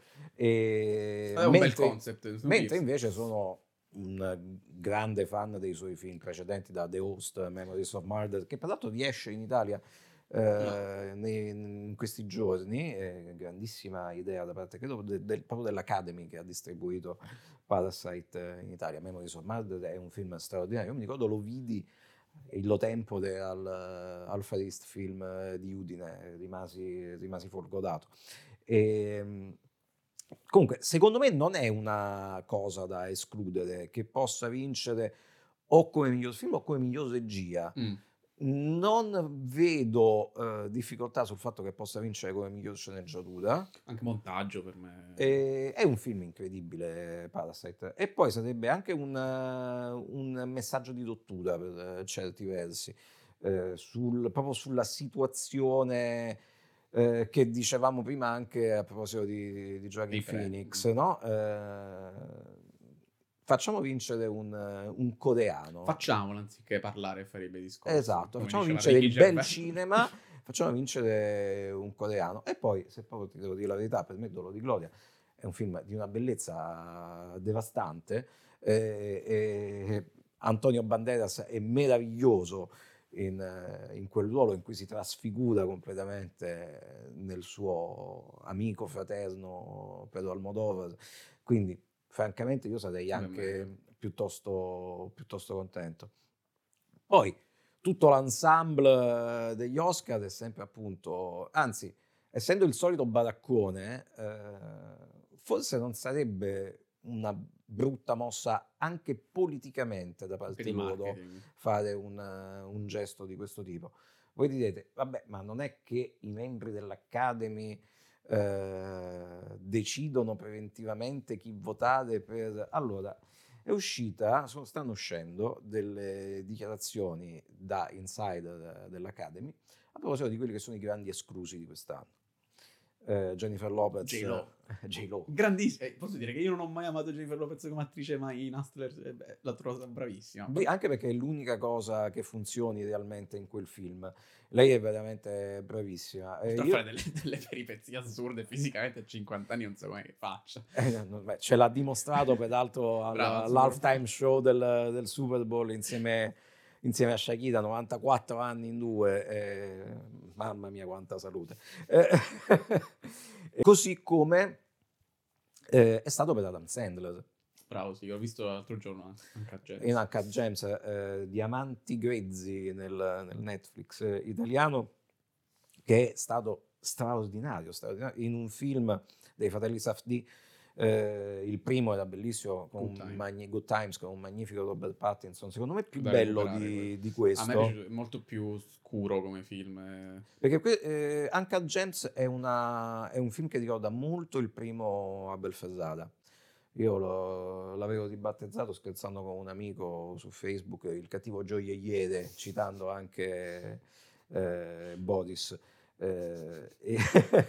E È un bel mentre, concept. Snowpiercer. mentre invece sono un grande fan dei suoi film precedenti, da The Host, Memories of Murder, che peraltro riesce in Italia eh, nei- in questi giorni. È grandissima idea da parte, credo, de- del- proprio dell'Academy che ha distribuito Parasite in Italia. Memories of Murder è un film straordinario. Io mi ricordo, lo vidi illo tempore al, al Far East Film eh, di Udine, rimasi, rimasi folgorato. E, comunque, secondo me non è una cosa da escludere che possa vincere o come miglior film o come miglior regia. Mm. Non vedo eh, difficoltà sul fatto che possa vincere come miglior sceneggiatura. Anche montaggio per me. E- è un film incredibile, Parasite. E poi sarebbe anche un, eh, un messaggio di rottura per eh, certi versi, eh, sul- proprio sulla situazione eh, che dicevamo prima anche a proposito di, di Joaquin Dei tre. Phoenix, no? Eh, facciamo vincere un, un coreano. Facciamolo anziché parlare e fare i bei discorsi. Esatto, come facciamo diceva vincere Ricky il bel Gervais. cinema, facciamo vincere un coreano. E poi, se proprio ti devo dire la verità, per me Dolore di Gloria è un film di una bellezza devastante. eh, e Antonio Banderas è meraviglioso in, eh, in quel ruolo in cui si trasfigura completamente nel suo amico fraterno Pedro Almodovar. Quindi, francamente, io sarei Come anche me. piuttosto, piuttosto contento. Poi tutto l'ensemble degli Oscar è sempre, appunto, anzi, essendo il solito baraccone, eh, forse non sarebbe una brutta mossa anche politicamente da Per parte il loro marketing. fare un, un gesto di questo tipo. Voi direte, vabbè, ma non è che i membri dell'Academy eh, decidono preventivamente chi votare per... Allora, è uscita, sono- stanno uscendo delle dichiarazioni da insider dell'Academy a proposito di quelli che sono i grandi esclusi di quest'anno. Eh, Jennifer Lopez, J-Lo. J-Lo. Grandissima. Eh, posso dire che io non ho mai amato Jennifer Lopez come attrice, ma in Hustler eh, beh, l'ho trovata bravissima. Beh, anche perché è l'unica cosa che funzioni realmente in quel film. Lei è veramente bravissima. Eh, Sta a io- fare delle, delle peripezie assurde fisicamente a cinquanta anni, non so come che faccia. Eh, no, beh, ce l'ha dimostrato peraltro al- Brava, all'halftime show del, del Super Bowl insieme, insieme a Shakira, novantaquattro anni in due. eh, mamma mia, quanta salute. Eh, così come eh, è stato per Adam Sandler Bravo, sì, l'ho visto l'altro giorno anche a Jazz. in Uncut Gems, eh, Diamanti Grezzi nel, nel Netflix eh, italiano, che è stato straordinario, straordinario in un film dei fratelli Safdie. Eh, il primo era bellissimo, con Good un Time. magni- Good Times, con un magnifico Robert Pattinson, secondo me più Da bello recuperare di, quello. di A me è questo, piaciuto, è molto più scuro come film. eh. perché que- eh, Uncut Gems è, una- è un film che ricorda molto il primo Abel Ferrara. Io lo- l'avevo ribattezzato scherzando con un amico su Facebook, il cattivo gioielliere, citando anche eh, Boris. Eh, e-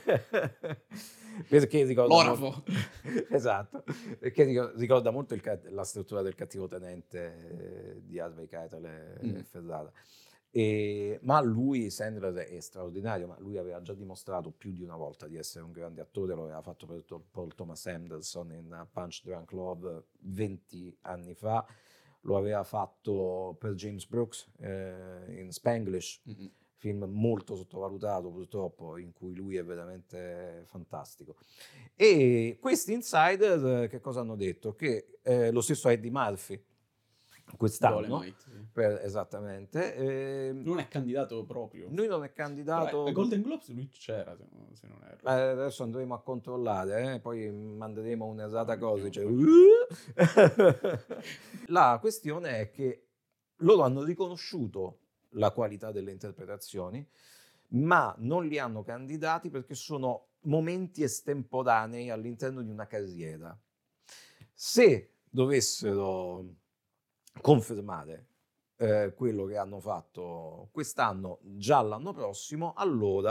perché ricorda L'orafo. molto, esatto, perché ric- ricorda molto il ca- la struttura del cattivo tenente eh, di Harvey Keitel e Mm. Ferrara. E- ma lui, Sandler, è straordinario, ma lui aveva già dimostrato più di una volta di essere un grande attore. Lo aveva fatto per To- Paul Thomas Anderson in Punch Drunk Love venti anni fa, lo aveva fatto per James Brooks eh, in Spanglish, Mm-mm. film molto sottovalutato purtroppo, in cui lui è veramente fantastico. E questi insider eh, che cosa hanno detto? Che eh, lo stesso Eddie Murphy quest'anno, Dolemite, sì. per- esattamente, eh, Non è candidato proprio. lui non è Però, candidato. eh, ai Golden Globes lui c'era, se non, se non erro. Eh, adesso andremo a controllare, eh, poi manderemo un'errata No, cosa. no, Cioè, poi- la questione è che loro hanno riconosciuto la qualità delle interpretazioni, ma non li hanno candidati perché sono momenti estemporanei all'interno di una carriera. Se dovessero confermare eh, quello che hanno fatto quest'anno, già l'anno prossimo, allora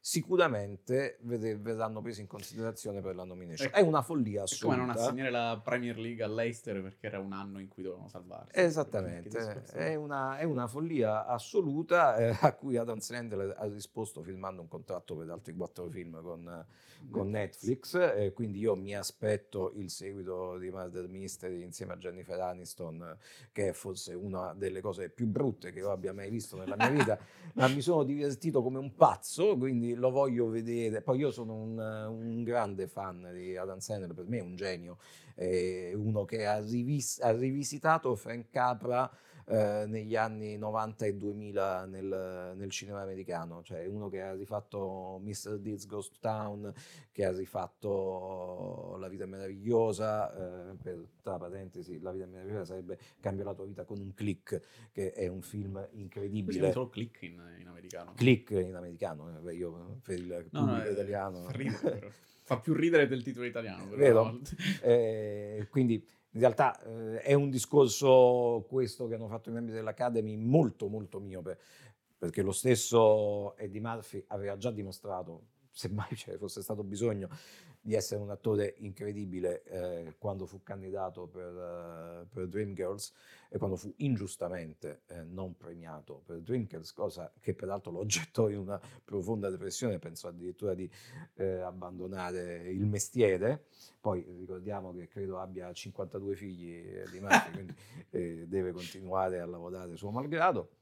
sicuramente vede- verranno presi in considerazione per la nomination. Ecco. È una follia È come assoluta. non assegnare la Premier League all'Leicester perché era un anno in cui dovevano salvarsi. Esattamente, è una, è una follia assoluta eh, a cui Adam Sandler ha risposto filmando un contratto per altri quattro film con, con Netflix, eh, quindi io mi aspetto il seguito di Murder Mystery insieme a Jennifer Aniston, che è forse una delle cose più brutte che io abbia mai visto nella mia vita, ma mi sono divertito come un pazzo, quindi lo voglio vedere. Poi io sono un, un grande fan di Adam Sandler, per me è un genio, è uno che ha, rivis- ha rivisitato Frank Capra eh, negli anni novanta e duemila nel, nel cinema americano, cioè uno che ha rifatto mister Deeds Goes to Town, che ha rifatto La vita è meravigliosa, eh, per, tra parentesi, La vita è meravigliosa sarebbe Cambia la tua vita con un click, che è un film incredibile. Si chiama solo Click in, in americano. Click in americano, eh, io per il No, pubblico no, eh, italiano. Fa ridere, però. Fa più ridere del titolo italiano. Però, Vero? una volta. Eh, quindi in realtà eh, è un discorso questo che hanno fatto i membri dell'Academy molto molto miope, perché lo stesso Eddie Murphy aveva già dimostrato, semmai ce ne fosse stato bisogno, di essere un attore incredibile eh, quando fu candidato per, uh, per Dreamgirls e quando fu ingiustamente eh, non premiato per Dreamgirls, cosa che peraltro lo gettò in una profonda depressione, pensò addirittura di eh, abbandonare il mestiere. Poi ricordiamo che credo abbia cinquantadue figli eh, di Murphy, quindi eh, deve continuare a lavorare suo malgrado.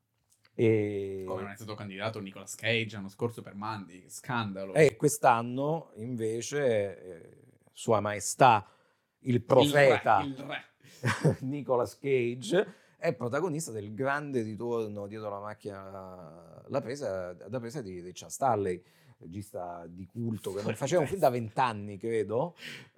E... Come non è stato candidato Nicolas Cage l'anno scorso per Mandy, scandalo. E quest'anno invece eh, Sua Maestà il profeta il re, il re. Nicolas Cage è protagonista del grande ritorno dietro la macchina la presa, da presa di Richard Stanley, regista di culto che non faceva un film da vent'anni, credo.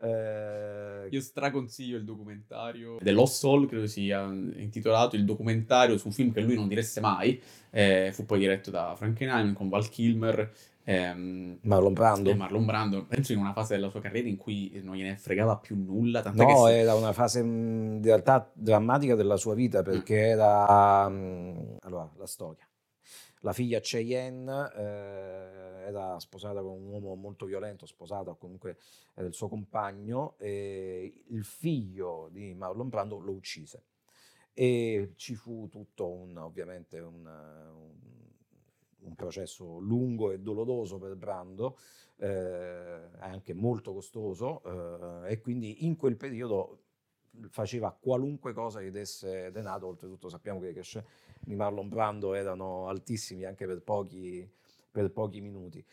Eh... Io straconsiglio il documentario The Lost Soul, credo sia intitolato, il documentario su un film che lui non diresse mai. Eh, fu poi diretto da Frankenheim con Val Kilmer. Ehm, Marlon Brando. E Marlon Brando, penso in una fase della sua carriera in cui non gliene fregava più nulla. Tant'è No, che si... era una fase mh, in realtà drammatica della sua vita, perché mm. era mh, allora la storia. La figlia Cheyenne eh, era sposata con un uomo molto violento, sposata o comunque era il suo compagno, e il figlio di Marlon Brando lo uccise. E ci fu tutto un, ovviamente un, un, un processo lungo e doloroso per Brando, eh, anche molto costoso, eh, e quindi in quel periodo faceva qualunque cosa gli desse denaro. Oltretutto sappiamo che i cachet di Marlon Brando erano altissimi anche per pochi, per pochi minuti.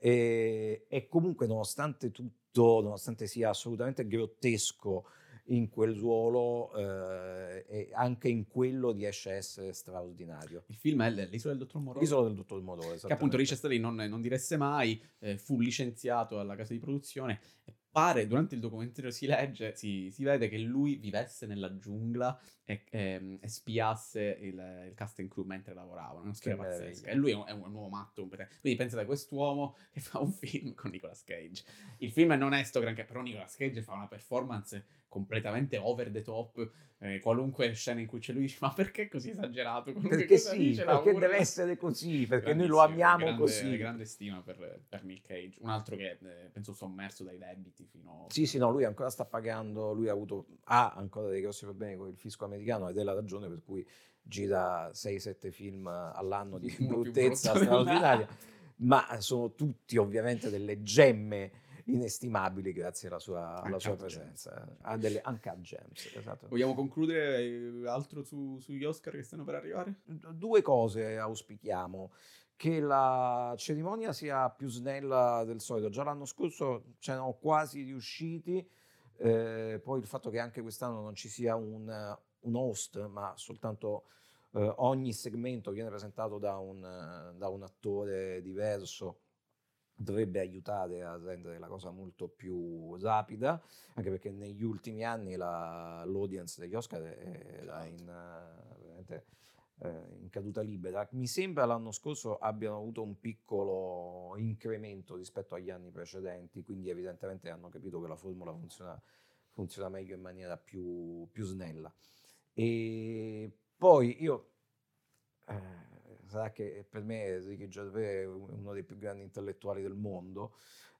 E, e comunque nonostante tutto, nonostante sia assolutamente grottesco in quel ruolo, eh, e anche in quello riesce a essere straordinario. Il film è L'isola del dottor Moreau. L'isola del dottor Moreau, che appunto Richard Stanley non, non diresse mai, eh, fu licenziato alla casa di produzione e pare, durante il documentario si legge, si, si vede che lui vivesse nella giungla e, e, e spiasse il, il cast and crew mentre lavoravano. Una storia pazzesca. E lui è un, è un nuovo matto. Quindi pensa da quest'uomo che fa un film con Nicolas Cage. Il film è non onesto granché, però Nicolas Cage fa una performance completamente over the top. Eh, qualunque scena in cui c'è lui dice: ma perché così esagerato? Comunque perché sì, dice, perché deve essere così, perché noi lo amiamo grande, così. Grande stima per, per Nick Cage, un altro che eh, penso sommerso dai debiti fino... Sì, sì, no, lui ancora sta pagando, lui ha avuto, ha ancora dei grossi problemi con il fisco americano ed è la ragione per cui gira sei sette film all'anno di Uno bruttezza straordinaria, ma sono tutti ovviamente delle gemme inestimabili grazie alla sua, alla sua presenza. Ha delle uncut gems, esatto. Vogliamo concludere altro su, sugli Oscar che stanno per arrivare? Due cose auspichiamo: che la cerimonia sia più snella del solito. Già l'anno scorso c'erano quasi riusciti, eh, poi il fatto che anche quest'anno non ci sia un, un host, ma soltanto eh, ogni segmento viene presentato da un, da un attore diverso, dovrebbe aiutare a rendere la cosa molto più rapida, anche perché negli ultimi anni la, l'audience degli Oscar era in, uh, veramente, uh, in caduta libera. Mi sembra l'anno scorso abbiano avuto un piccolo incremento rispetto agli anni precedenti, quindi evidentemente hanno capito che la formula funziona, funziona meglio in maniera più, più snella. E poi io... Eh, sarà che per me Ricky Gervais è uno dei più grandi intellettuali del mondo.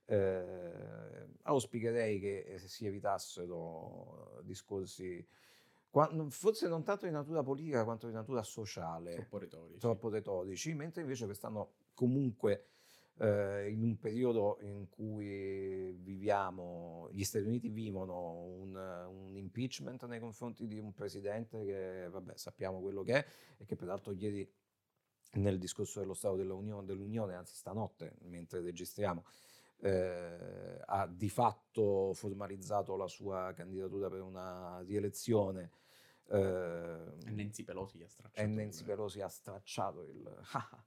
Eh, auspicherei che si evitassero discorsi qua- forse non tanto di natura politica quanto di natura sociale, Troppo retorici. troppo retorici, mentre invece quest'anno comunque eh, in un periodo in cui viviamo, gli Stati Uniti vivono un, un impeachment nei confronti di un presidente che, vabbè, sappiamo quello che è e che peraltro ieri nel discorso dello Stato dell'Unione, dell'Unione anzi stanotte, mentre registriamo, eh, ha di fatto formalizzato la sua candidatura per una rielezione. E Nancy Pelosi ha stracciato. E Nancy il... Pelosi ha stracciato il...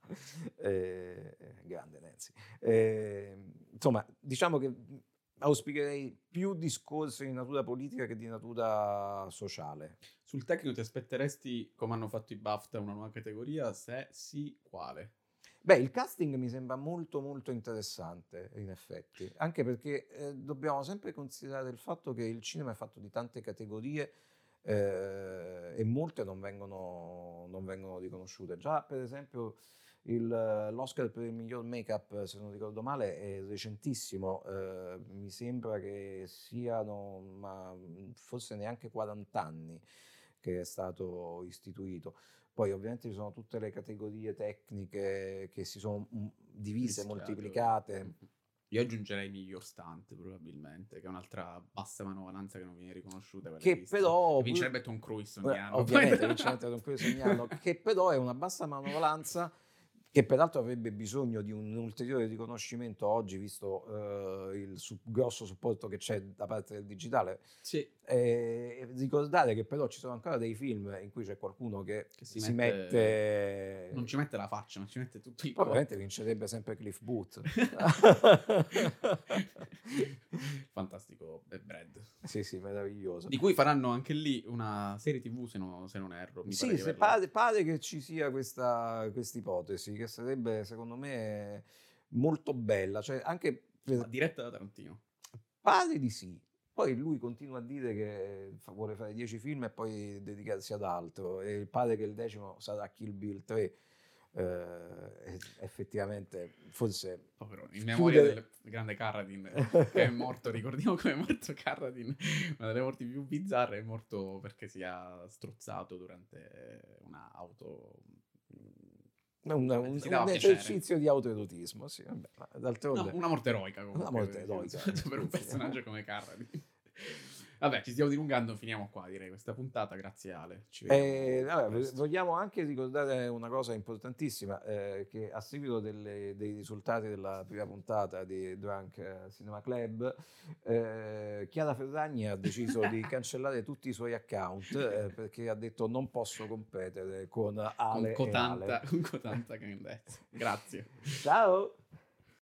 eh, grande Nancy. Eh, insomma, diciamo che auspicherei più discorsi di natura politica che di natura sociale. Sul tecnico ti aspetteresti, come hanno fatto i BAFTA, una nuova categoria? Se sì, quale? Beh, il casting mi sembra molto molto interessante, in effetti, anche perché eh, dobbiamo sempre considerare il fatto che il cinema è fatto di tante categorie eh, e molte non vengono, non vengono riconosciute. Già, per esempio, il, l'Oscar per il miglior make-up, se non ricordo male, è recentissimo, eh, mi sembra che siano ma forse neanche quaranta anni che è stato istituito. Poi ovviamente ci sono tutte le categorie tecniche che si sono mm, divise, Mischiate. moltiplicate. Io aggiungerei miglior stunt probabilmente, che è un'altra bassa manovalanza che non viene riconosciuta. per le Che liste. però... E vincerebbe Tom Cruise ogni Eh, anno. ovviamente vincerebbe Tom Cruise ogni anno, che però è una bassa manovalanza che peraltro avrebbe bisogno di un ulteriore riconoscimento oggi, visto eh, il su- grosso supporto che c'è da parte del digitale. Sì. E ricordare che però ci sono ancora dei film in cui c'è qualcuno che, Che si si, mette- mette... Non ci mette la faccia, ma ci mette tutto il Probabilmente vincerebbe sempre Cliff Booth. Fantastico, eh, Brad. Sì, sì, meraviglioso. Di cui faranno anche lì una serie tivù, se, no- se non erro. Mi pare Sì, di se averlo- pare, pare che ci sia questa ipotesi, che sarebbe secondo me molto bella, cioè anche per- Ma diretta da Tarantino. pare di sì. Poi lui continua a dire che fa- vuole fare dieci film e poi dedicarsi ad altro, e pare che il decimo sarà Kill Bill tre. Eh, e effettivamente forse Povero, in memoria chiudere- del grande Carradine che è morto, ricordiamo come è morto Carradine, una delle morti più bizzarre, è morto perché si è strozzato durante una auto... un, un- si dava un piacere. esercizio di autoerotismo, sì, vabbè, ma d'altronde Una, una morte eroica comunque. Una morte eroica. Per un personaggio come Carradine. Vabbè, ci stiamo dilungando, finiamo qua direi questa puntata, grazie Ale. Ci vediamo Eh, vabbè, presto. vogliamo anche ricordare una cosa importantissima, eh, che a seguito delle- dei risultati della prima puntata di Drunk eh, Cinema Club, eh, Chiara Ferragni ha deciso di cancellare tutti i suoi account eh, perché ha detto non posso competere con Ale con e cotanta, Ale. con cotanta grandezza. Grazie. Ciao!